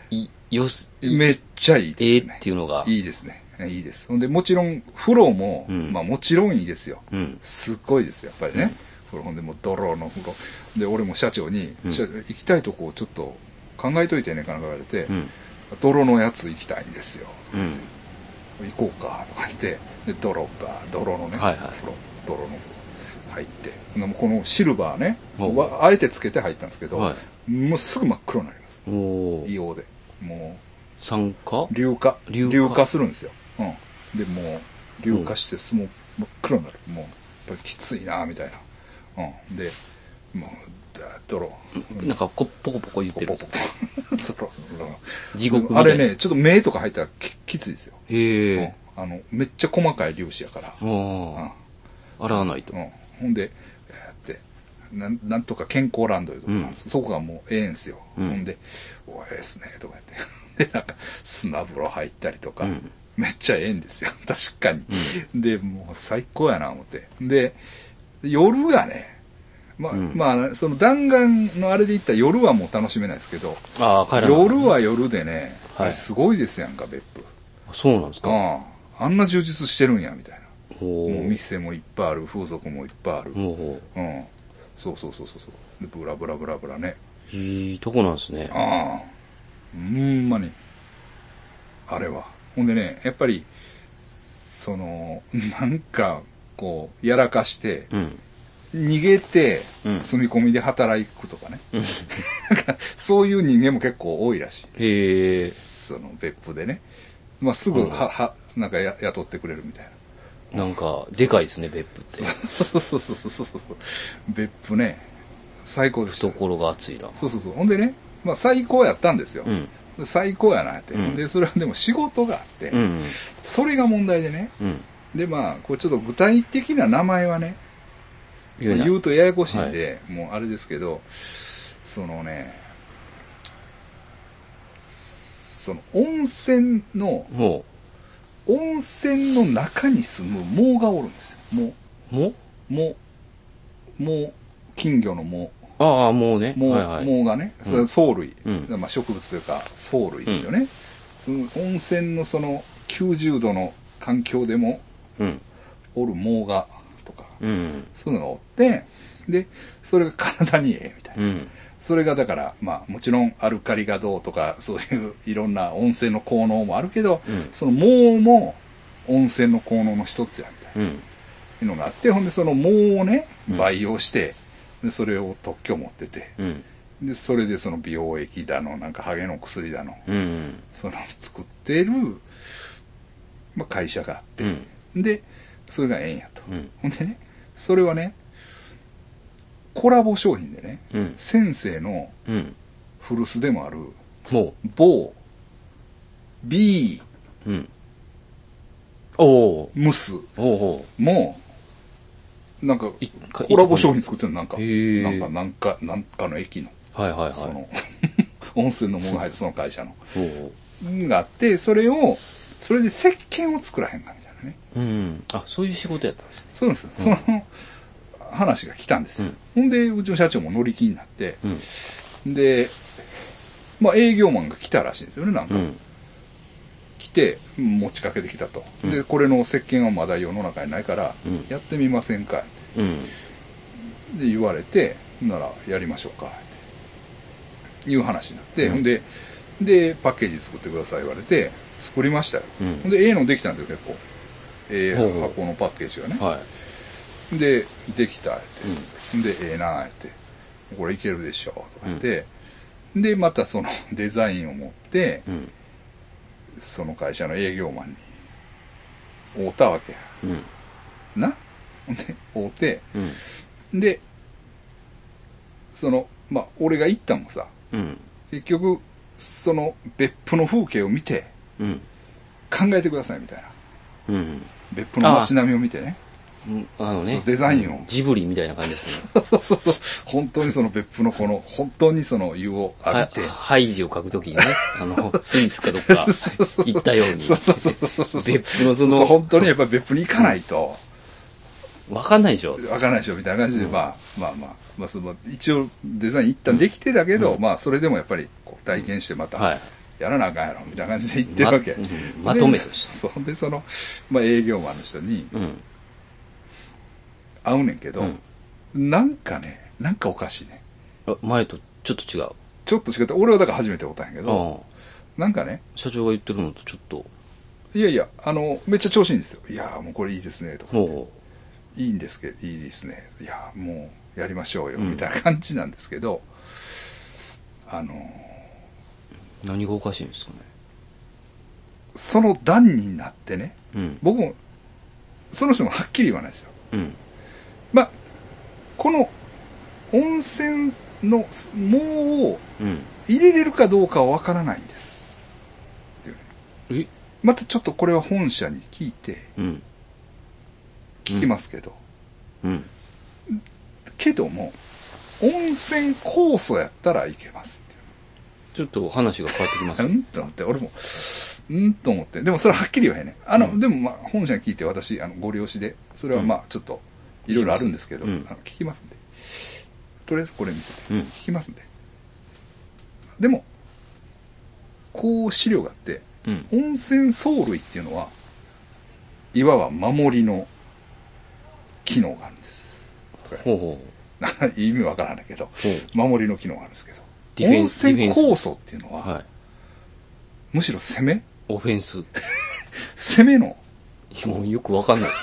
よす、 めっちゃいいですね。 ええっていうのが。 いいですね。いいです。ほんで、もちろん、風呂も、うん、まあもちろんいいですよ。うん、すっごいですよ、やっぱりね。うん、風呂、ほんでもう泥の風呂。で、俺も社長に、うん、行きたいとこをちょっと考えといてね、かなか言われて、うん、泥のやつ行きたいんですよ。うん、行こうか、とか言って、で、泥か、泥のね、はいはい、風呂、泥の風呂入って、このシルバーね、あえてつけて入ったんですけど、はい、もうすぐ真っ黒になります。硫黄で。もう、 酸化硫化。硫化するんですよ。うん。で、もう、硫化して、もう真っ黒になる。もう、やっぱりきついなみたいな。うん。で、もう、泥。 なんか、ポコポコ言ってる。ポコポコ。 地獄みたいな。あれね、ちょっと目とか入ったら き, きついですよ。へえ、うん。あの、めっちゃ細かい粒子やから。うん。 洗わないと。 うん。ほんで、やってな、なんとか健康ランドいうとか、うん、そこがもうええんすよ。うん、ほんで、おええっすね、とか言って。で、なんか、砂風呂入ったりとか、うん、めっちゃええんですよ。確かに。うん、で、もう最高やな、思って。で、夜がね、まあ、うん、まあ、その弾丸のあれで行ったら夜はもう楽しめないですけど、 ああ、帰らない、 ね、夜は夜でね、はい、すごいですやんか、別府。 そうなんですか。 ああ、あんな充実してるんや、みたいな。もう店もいっぱいある、風俗もいっぱいある。うん。そうそうそうそう。で、ブラブラブラブラね。 いいとこなんですね。 ああ。ほんまに。あれは。ほんでね、やっぱり、その、なんか、こう、やらかして、うん、逃げて、うん、住み込みで働くとかね。うん、なんかそういう人間も結構多いらしい。へえ。その、別府でね。まあ、すぐは、うん、は、なんかや雇ってくれるみたいな。 なんか、でかいですね、別府って。 そうそうそうそうそう。別府ね、最高でした。 懐が熱いな。 そうそうそう。ほんでね、まあ最高やったんですよ。うん、最高やなって、うん。で、それはでも仕事があって、うんうん、それが問題でね。うん、で、まあ、これちょっと具体的な名前はね、言う、まあ、言うとややこしいんで、はい、もうあれですけど、そのね、その温泉の、温泉の中に住む藻がおるんですよ。藻。 藻藻。藻。金魚の藻。 ああ、藻ね。 藻、はいはい、藻がね、それは藻類。うん、まあ植物というか、藻類ですよね。うん、その温泉のそのきゅうじゅうどの環境でも、うん、おる藻が、とか、うん、そういうのがおって、で、それが体にええみたいな。うん、それがだから、まあもちろんアルカリがどうとか、そういういろんな温泉の効能もあるけど、うん、その藻も温泉の効能の一つやみたいな、うん、いうのがあって、ほんでその藻をね、培養して、うん、でそれを特許持ってて、うん、で、それでその美容液だの、なんかハゲの薬だの、うんうん、その作ってる、まあ、会社があって、うん、で、それがええんやと。うん、ほんでね、それはね、コラボ商品でね、うん、先生の古巣でもある、うん、某 B、うん、 おムスもなんかコラボ商品作ってるの、なんかなんかなんかなんかの駅の、 はいはいはい、 その温泉のものが入ってその会社のがあって、それをそれで石鹸を作らへんかみたいなね。 うん、あ、そういう仕事やったんですね。 そうです。うん、その話が来たんですよ。うん、ほんで、うちの社長も乗り気になって、うん、で、まあ営業マンが来たらしいんですよね、なんか。うん、来て、持ちかけてきたと。うん、で、これの石鹸はまだ世の中にないから、うん、やってみませんかって、うん、で、言われて、なら、やりましょうかって。いう話になって、うん、で、で、パッケージ作ってください言われて、作りましたよ。うん、で、ええのできたんですよ、結構。ええ箱のパッケージがね。はい、で、できたって、うん、で、ええなって、これいけるでしょ、とか言って、うん、で、またそのデザインを持って、うん、その会社の営業マンに会うたわけや。うん、なで、会うて、うん、で、その、まあ、俺が行ったのもさ、うん、結局、その別府の風景を見て、うん、考えてくださいみたいな。うん、別府の街並みを見てね。 あのね。 デザインを。 ジブリみたいな感じですね。そうそうそう。本当にその別府のこの、本当にその湯を浴びて。 ハイジを描くときにね、あの、スイスかどっか行ったように。 そうそうそうそうそう。 別府のその。 本当にやっぱ別府に行かないと。 わかんないでしょ。 わかんないでしょ、みたいな感じで、うん、まあ、まあまあ、まあ、その、一応デザイン一旦できてたけど、うん、まあ、それでもやっぱりこう体験してまた、 やらなあかんやろみたいな感じで言ってるわけ、 ま、まとめとしてそうでその、まあ、営業マンの人に会うねんけど、うん、なんかねなんかおかしいね。 あ、前とちょっと違う。 ちょっと違って、俺はだから初めて会ったんやけど、なんかね、 社長が言ってるのとちょっと、 いやいや、あのめっちゃ調子いいんですよ。いやもうこれいいですねとか、いいんですけど、いいですね、いやもうやりましょうよ、うん、みたいな感じなんですけど、あの何がおかしいんですかね。 その段になってね、 うん、 僕もその人もはっきり言わないですよ、 うん、 まあこの温泉の藻を入れれるかどうかは分からないんです、っていうね、えまたちょっとこれは本社に聞いて、うん、聞きますけど、 うん、 けども温泉酵素やったらいけますっていう。 ちょっと話が変わってきますうんと思って、俺もうんと思って、でもそれははっきり言わへんね。あの、うん、でもまあ本社に聞いて私あのご了承でそれはまあちょっといろいろあるんですけど、うん、あの聞きますんで、とりあえずこれ見せて、うん、聞きますんで。でもこう資料があって、うん、温泉藻類っていうのはいわば守りの機能があるんです。 ほうほう意味わからないけど、守りの機能があるんですけど、温泉酵素っていうのは、はい、むしろ攻めオフェンス攻めのもうよくわかんない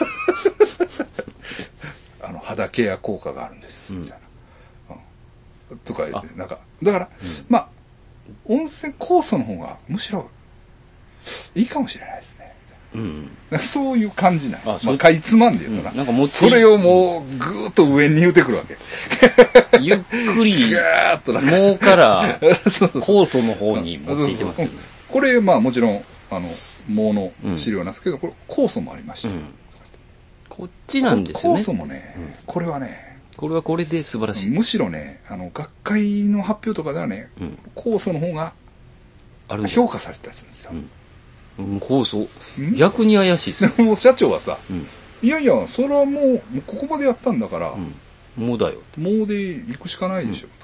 あの肌ケア効果があるんです、うん、みたいな、うん、とか言ってなんかだから、うん、まあ温泉酵素の方がむしろいいかもしれないですね、うんうん、そういう感じなんや。まあ、かいつまんで言うとな、うん、なんかもそれをもうぐーっと上に言うてくるわけゆっくりガーッとなんかもうから酵素の方に持っていってますよね。 これまあもちろんあの毛の資料なんですけど、うん、これ酵素もありました、うん、 こっちなんですよね。 酵素もね、うん、これはねこれはこれで素晴らしい。 むしろねあの学会の発表とかではね、うん、酵素の方が評価されてたりするんですよ、うん酵素逆に怪しいですね。もう社長はさ、うん、いやいやそれはもう、もうここまでやったんだから、うん、 もうだよもうで行くしかないでしょ、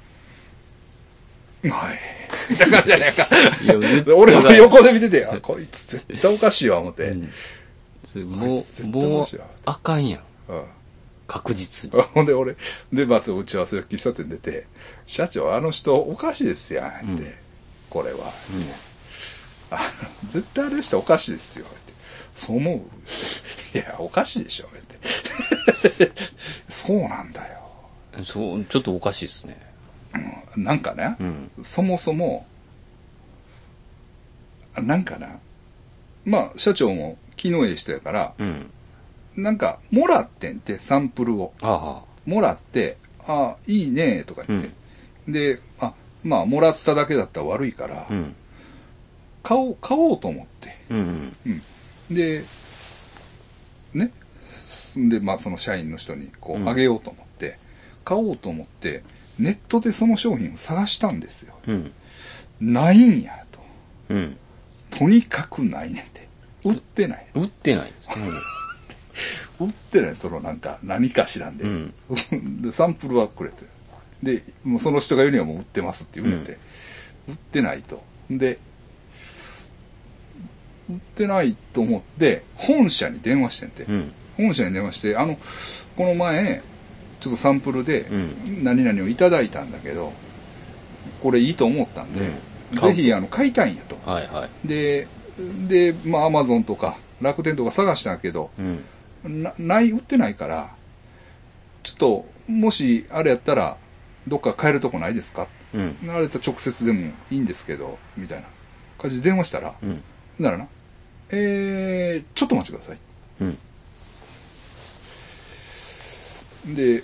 うん、はいだからじゃねえか俺は横で見ててあこいつ絶対おかしいわ思って、 うん、もうもうあかんやん、うん、確実にほんで俺でまず打ち合わせ喫茶店出て社長あの人おかしいですやんって、うん、これは、うんあ絶対あれしたらおかしいですよってそう思ういやおかしいでしょってそうなんだよそうちょっとおかしいですね、 うん、なんかね、うん、そもそもなんかなまあ社長も気のええ人やから、うん、なんかもらってんってサンプルをああもらってあいいねとか言って、うん、であまあもらっただけだったら悪いから、うん買おう、買おうと思って。うんうんうん、で、ね。で、まあその社員の人にこうあげようと思って、うん、買おうと思って、ネットでその商品を探したんですよ。うん、ないんやと、うん。とにかくないねんて。売ってない。 売ってない。 うん、売ってない。そのなんか何かしらんで。うん、でサンプルはくれて。で、もうその人が言うにはもう売ってますって言うて、うん、売ってないと。で、売ってないと思って本社に電話してんて、うん、本社に電話してあのこの前ちょっとサンプルで何々をいただいたんだけどこれいいと思ったんで、うん、ぜひあの買いたいんやと、 はいはい、 ででまあアマゾンとか楽天とか探したんやけど、うん、なない売ってないからちょっともしあれやったらどっか買えるとこないですか、うん、あれと直接でもいいんですけどみたいな感じで電話したら、うん、ならなえー、ちょっと待ちください。うん、で、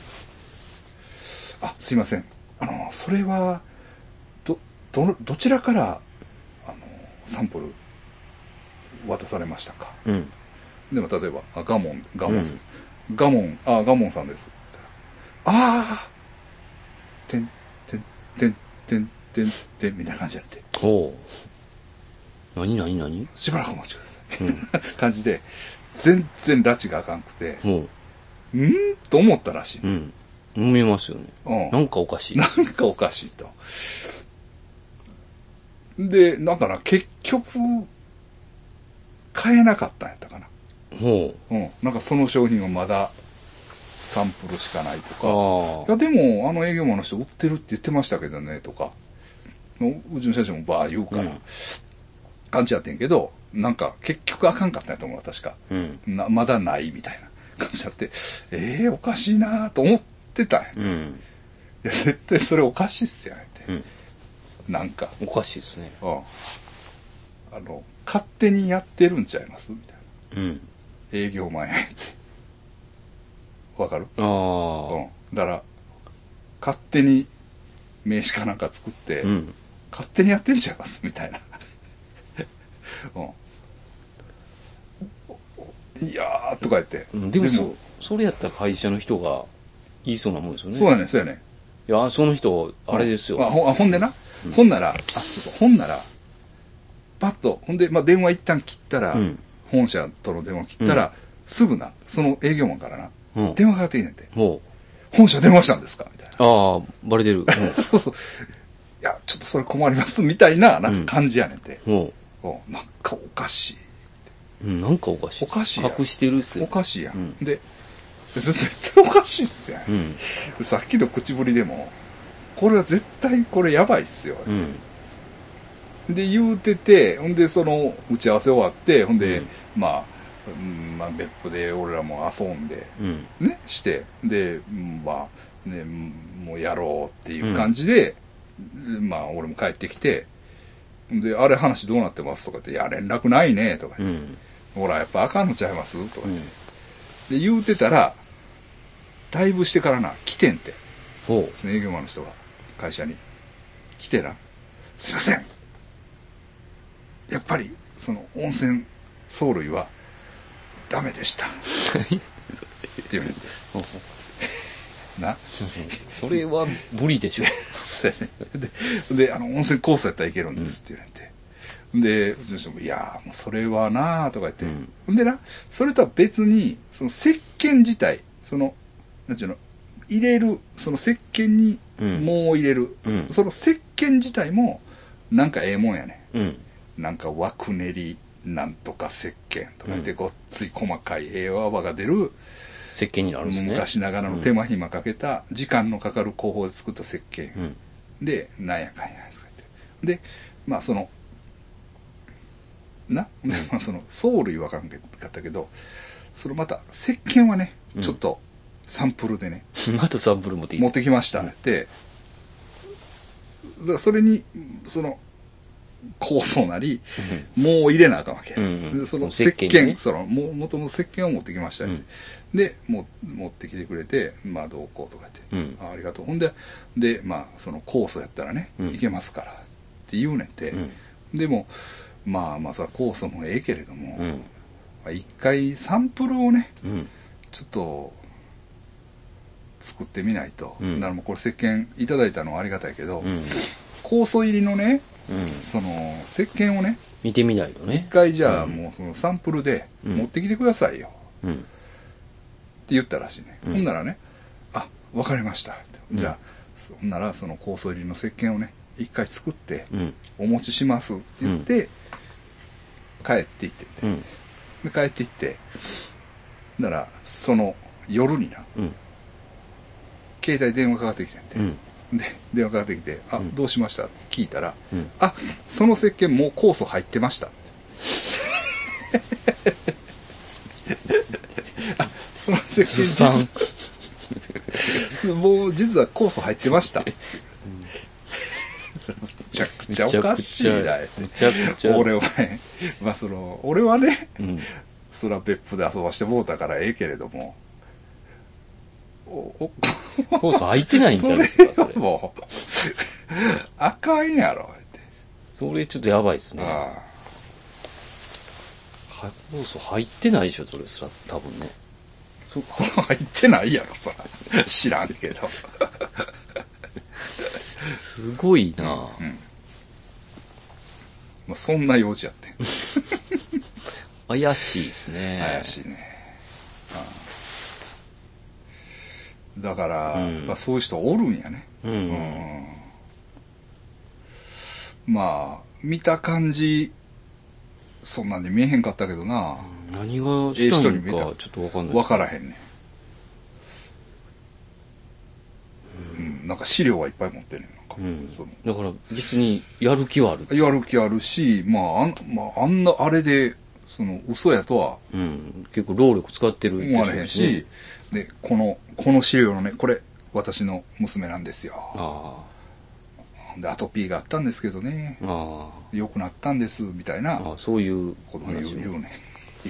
あ、すいません。あの、それは、ど、ど、どちらから、あの、サンプル、渡されましたか。うん、でも、例えば、あ、ガモン、ガモンさん。うん、ガモン、あ、ガモンさんです。ああてん、てん、てん、てん、てん、てん、みたいな感じになって。 ほう。何何何しばらくお待ちください、うん、感じで全然拉致があかんくてんと思ったらしい、 うん、思いますよね、うん、なんかおかしいなんかおかしいとで、だから結局、買えなかったんやったかな。 ほう。うん。なんかその商品はまだサンプルしかないとか。 あいや、でも、あの営業マンの人売ってるって言ってましたけどね、とか。うちの社長もバー言うから、うん、感じやってんけど、なんか結局あかんかったんやと思う、確か。 うん、 なまだないみたいな感じだって、ええー、おかしいなと思ってたんや、うん。いや、絶対それおかしいっすよ、って。うん、なんか。 おかしいですね。 うん。あの、勝手にやってるんちゃいますみたいな。うん。営業前って。わかる？ああ。うん。だから、勝手に名刺かなんか作って、うん、勝手にやってんちゃいますみたいな。うん。いやーとか言って。 うん、でも、でもそ、それやったら会社の人が言いそうなもんですよね。 そうやね、そうやね。 いや、その人、あれですよ。 うん、あほほんでな、うん、ほんなら、あ、そうそう、ほんなら、パッと、ほんで、まあ、電話一旦切ったら、うん、本社との電話切ったら、うん、すぐな、その営業マンからな、うん、電話かかってきてんて。本社電話したんですかみたいな。 ああ、バレてる。うん、 そうそう。いや、ちょっとそれ困ります、みたいな、なんか感じやねんて。うん、なんかおかしい。 うん、なんかおかしい。 おかしいやん。 隠してるっすよ。 おかしいやん。うん、で、絶対おかしいっすやん。うん、さっきの口ぶりでも、これは絶対これやばいっすよ。うん、で、言うてて、ほんで、その、打ち合わせ終わって、ほんで、うん、まあ、うん、まあ、別府で俺らも遊んで、うん、ね、して、で、まあ、ね、もうやろうっていう感じで、うん、まあ、俺も帰ってきて、で、あれ話どうなってますとか言って、いや、連絡ないね、とか言って、うん、ほら、やっぱあかんのちゃいますとか言って、うん、で、言うてたら、だいぶしてからな、来てんて。その営業マンの人が、会社に。来てな、すいません。やっぱり、その、温泉、藻類は、ダメでした。って言うんで。な。 それは無理でしょ。 そうやね。で、で、あの、温泉コースやったらいけるんですって言われて。うん、で、うちの人も、いやもうそれはなぁ、とか言って。うん、でな、それとは別に、その石鹸自体、その、なんちゅうの、入れる、その石鹸に藻を入れる、うん、その石鹸自体も、なんかええもんやね。うん、なんか枠練り、なんとか石鹸とか言って、ごっつい細かいええ泡が出る、 石鹸になるんですね。 昔ながらの手間暇かけた、時間のかかる工法で作った石鹸。うん、で、なんやかんや、とか言って。で、まあその、な、で、まあその、藻類はかんかったけど、そのまた、石鹸はね、ちょっと、サンプルでね。 またサンプル持ってき持ってきました。って、だからそれに、その、酵素なり、うん、もう入れなあかんわけ。うんうん、その石鹸、ね、その、も、元の石鹸を持ってきましたって、うん。で、も、持ってきてくれて、まあ、どうこうとか言って、うん、あ、ありがとう。ほんで、で、まあ、その酵素やったらね、うん、いけますから、って言うねんて。うん、でも、まあまあさ、酵素もええけれども、うん、まあ、一回サンプルをね、うん、ちょっと、作ってみないと。うん、だからもうこれ石鹸いただいたのはありがたいけど、うん、酵素入りのね、うん、その石鹸をね見てみないとね一回じゃあもうそのサンプルで持ってきてくださいよ、うん、って言ったらしいね、うん、ほんならねあ分かりました、うん、じゃあそんならその酵素入りの石鹸をね一回作ってお持ちしますって言って、うん、帰っていってて、うん、で帰っていってならその夜にな、うん、携帯電話かかってきてんて、うんで、電話かかってきて、あ、うん、どうしましたって聞いたら、うん、あ、その石鹸もう酵素入ってましたって。あ、その石鹸実もう実は酵素入ってました。めちゃくちゃおかしいだよ。めちゃくちゃ。俺はね、まあその、俺はね、うん、それは別府で遊ばしてもうたからええけれども、 酵素入ってないんじゃないですか、それ。 もう、あかんやろ、って。 それちょっとやばいっすね。ああ。酵素入ってないでしょ、それすら、多分ね。 そそ入ってないやろ、そら。知らんけど。 すごいなぁ。うん。まあ、そんな用事やってん。 怪しいですね。 怪しいね。ああだから、うん、まあ、そういう人おるんやね。うんうん、まあ見た感じ、そんなんで見えへんかったけどな。 何がしたのかちょっとわかんない。 わからへんね。うん、なんか資料はいっぱい持ってるねん。なんか、 うん、そのだから別にやる気はある。 やる気あるし、まあ、あん、まあ、あんな、あれで、その、嘘やとは、 うん、結構労力使ってる思われへんし、で、この、この資料のね、これ、私の娘なんですよ。あで、アトピーがあったんですけどね。あ良くなったんです、みたいな。 あそういうことを言うね。言うね。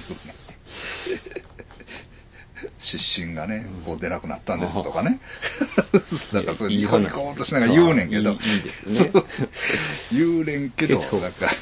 湿疹がね、こう出なくなったんですとかね。なんかそういうニコニコとしながら言うねんけど。いいですね。言うねんけど、なんか。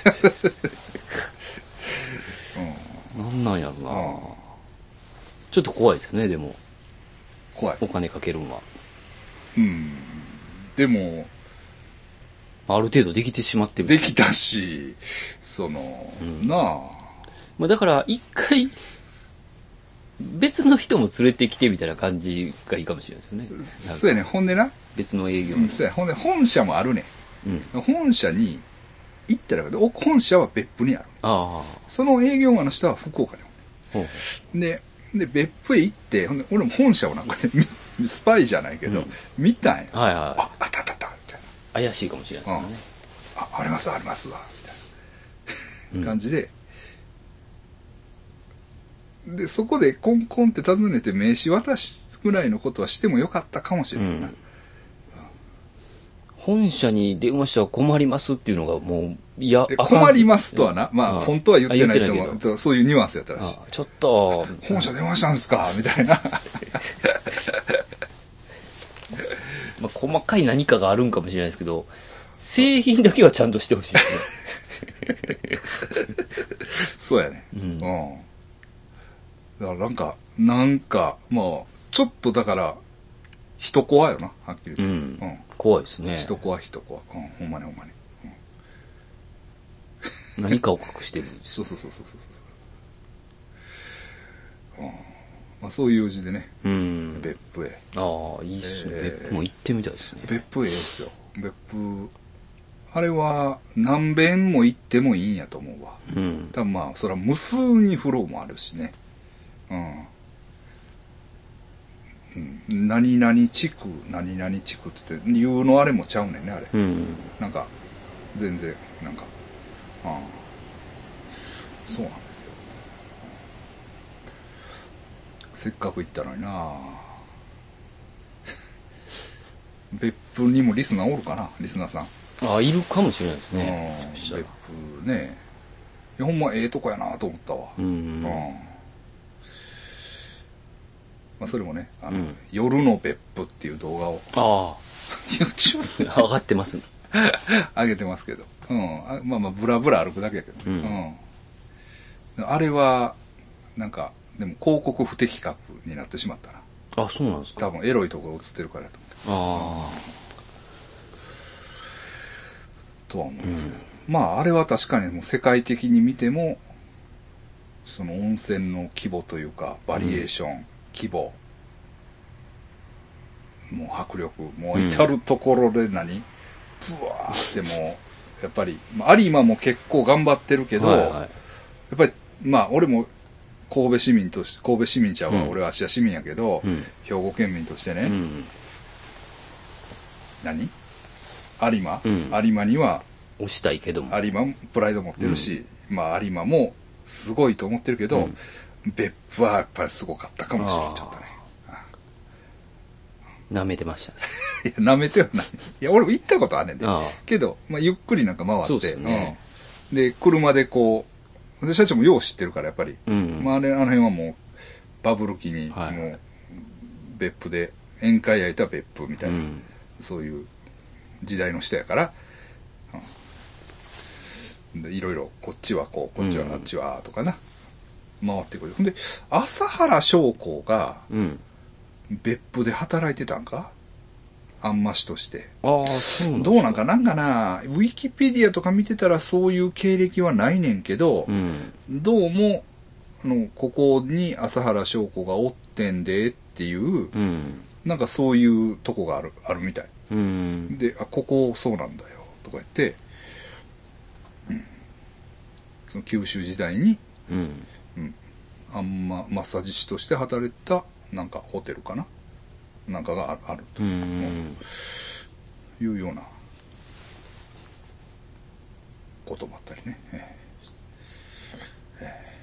うん、なんなんやろな、うん、ちょっと怖いですね、でも。 怖い。 お金かけるのは。 うん。でも、 ある程度できてしまってる。 できたし、その、うん、なあ。 まあだから、一回、別の人も連れてきてみたいな感じがいいかもしれないですよね。 そうやね、ほんでな。 別の営業、 うん、そうや、ほんで、本社もあるね。うん、本社に行ったら、本社は別府にある。ああ。その営業マンの人は福岡にある。で、で、別府へ行って、ほんで、俺も本社をなんかね、スパイじゃないけど、うん、見たんや。はいはい。あ、あったあったあった、みたいな。 怪しいかもしれないですからね。 うん、あ、ありますありますわ、みたいな感じで、うん、で、そこでコンコンって訪ねて名刺渡すぐらいのことはしてもよかったかもしれないな。うん、 本社に電話したら困りますっていうのがもう、いや、 困りますとはな、まあ、ああ本当は言ってないと思う。そういうニュアンスやったらしい。ああちょっと、 本社電話したんですかみたいな。 まあ、細かい何かがあるんかもしれないですけど、製品だけはちゃんとしてほしいですね。 そうやね。うん。うん。だからなんか、なんか、まあ、ちょっとだから、人怖いよな、はっきり言って。うん。うん、 怖いですね。 人怖い人怖い。うん、ほんまにほんまに。 うん、何かを隠してるんです。 そうそうそうそうそうそう。うん。まあそういう字でね。うん。別府へ。 ああ、いいっすね、えー。別府も行ってみたいですね。 別府へですよ。別府。あれは何遍も行ってもいいんやと思うわ。うん。多分まあ、それは無数に風呂もあるしね。うん。うん、何々地区、何々地区って言って、言うのあれもちゃうねんね、あれ。うん、なんか、全然、なんか、ああ、そうなんですよ。せっかく行ったのにな別府にもリスナーおるかな、リスナーさん。 ああ、いるかもしれないですね。 うん、別府ね。いや、ほんまええとこやなと思ったわ。うん。うんまあ、それもね、あの、うん、夜の別府っていう動画を。ああ。YouTube 上がってますね。 上げてますけど。うん。あまあまあ、ブラブラ歩くだけやけど。うん。うん、あれは、なんか、でも広告不適格になってしまったな。 あ、そうなんですか。 多分エロいところ映ってるからと思って。ああ。とは思いますけど。うん、まあ、あれは確かにもう世界的に見ても、その温泉の規模というか、バリエーション、うん規模もう迫力もう至るところで何、うん、ブワーってもうやっぱり有馬も結構頑張ってるけど、はいはい、やっぱりまあ俺も神戸市民として神戸市民ちゃうわ、うん、俺は芦屋市民やけど、うん、兵庫県民としてね、うん、何有馬、うん、有馬には推したいけども有馬もプライド持ってるし、うん、まあ有馬もすごいと思ってるけど、うん別府はやっぱりすごかったかもしれんちょっとね。 舐めてましたね。 いや、舐めてはない。いや、俺も行ったことあんねんで。けど、まあ、ゆっくりなんか回って。そうですね、うん。で、車でこう、で社長もよう知ってるから、やっぱり。うん、まあ、あれ、あの辺はもう、バブル期に、もう、別府で、宴会焼いた別府みたいな、うん、そういう時代の人やから、うん、でいろいろ、こっちはこう、こっちはあっちは、とかな。回ってくる。ほんで、朝原将校が、別府で働いてたんかあんましとして。ああ、そうなんどうなんかなんかな、ウィキペディアとか見てたらそういう経歴はないねんけど、うん、どうも、あの、ここに朝原将校がおってんでっていう、うん、なんかそういうとこがある、あるみたい。うん、で、あ、ここそうなんだよ、とか言って、 その九州時代に、うんうん、あんまマッサージ師として働いたなんかホテルかななんかがあるというようなこともあったりね。えーえー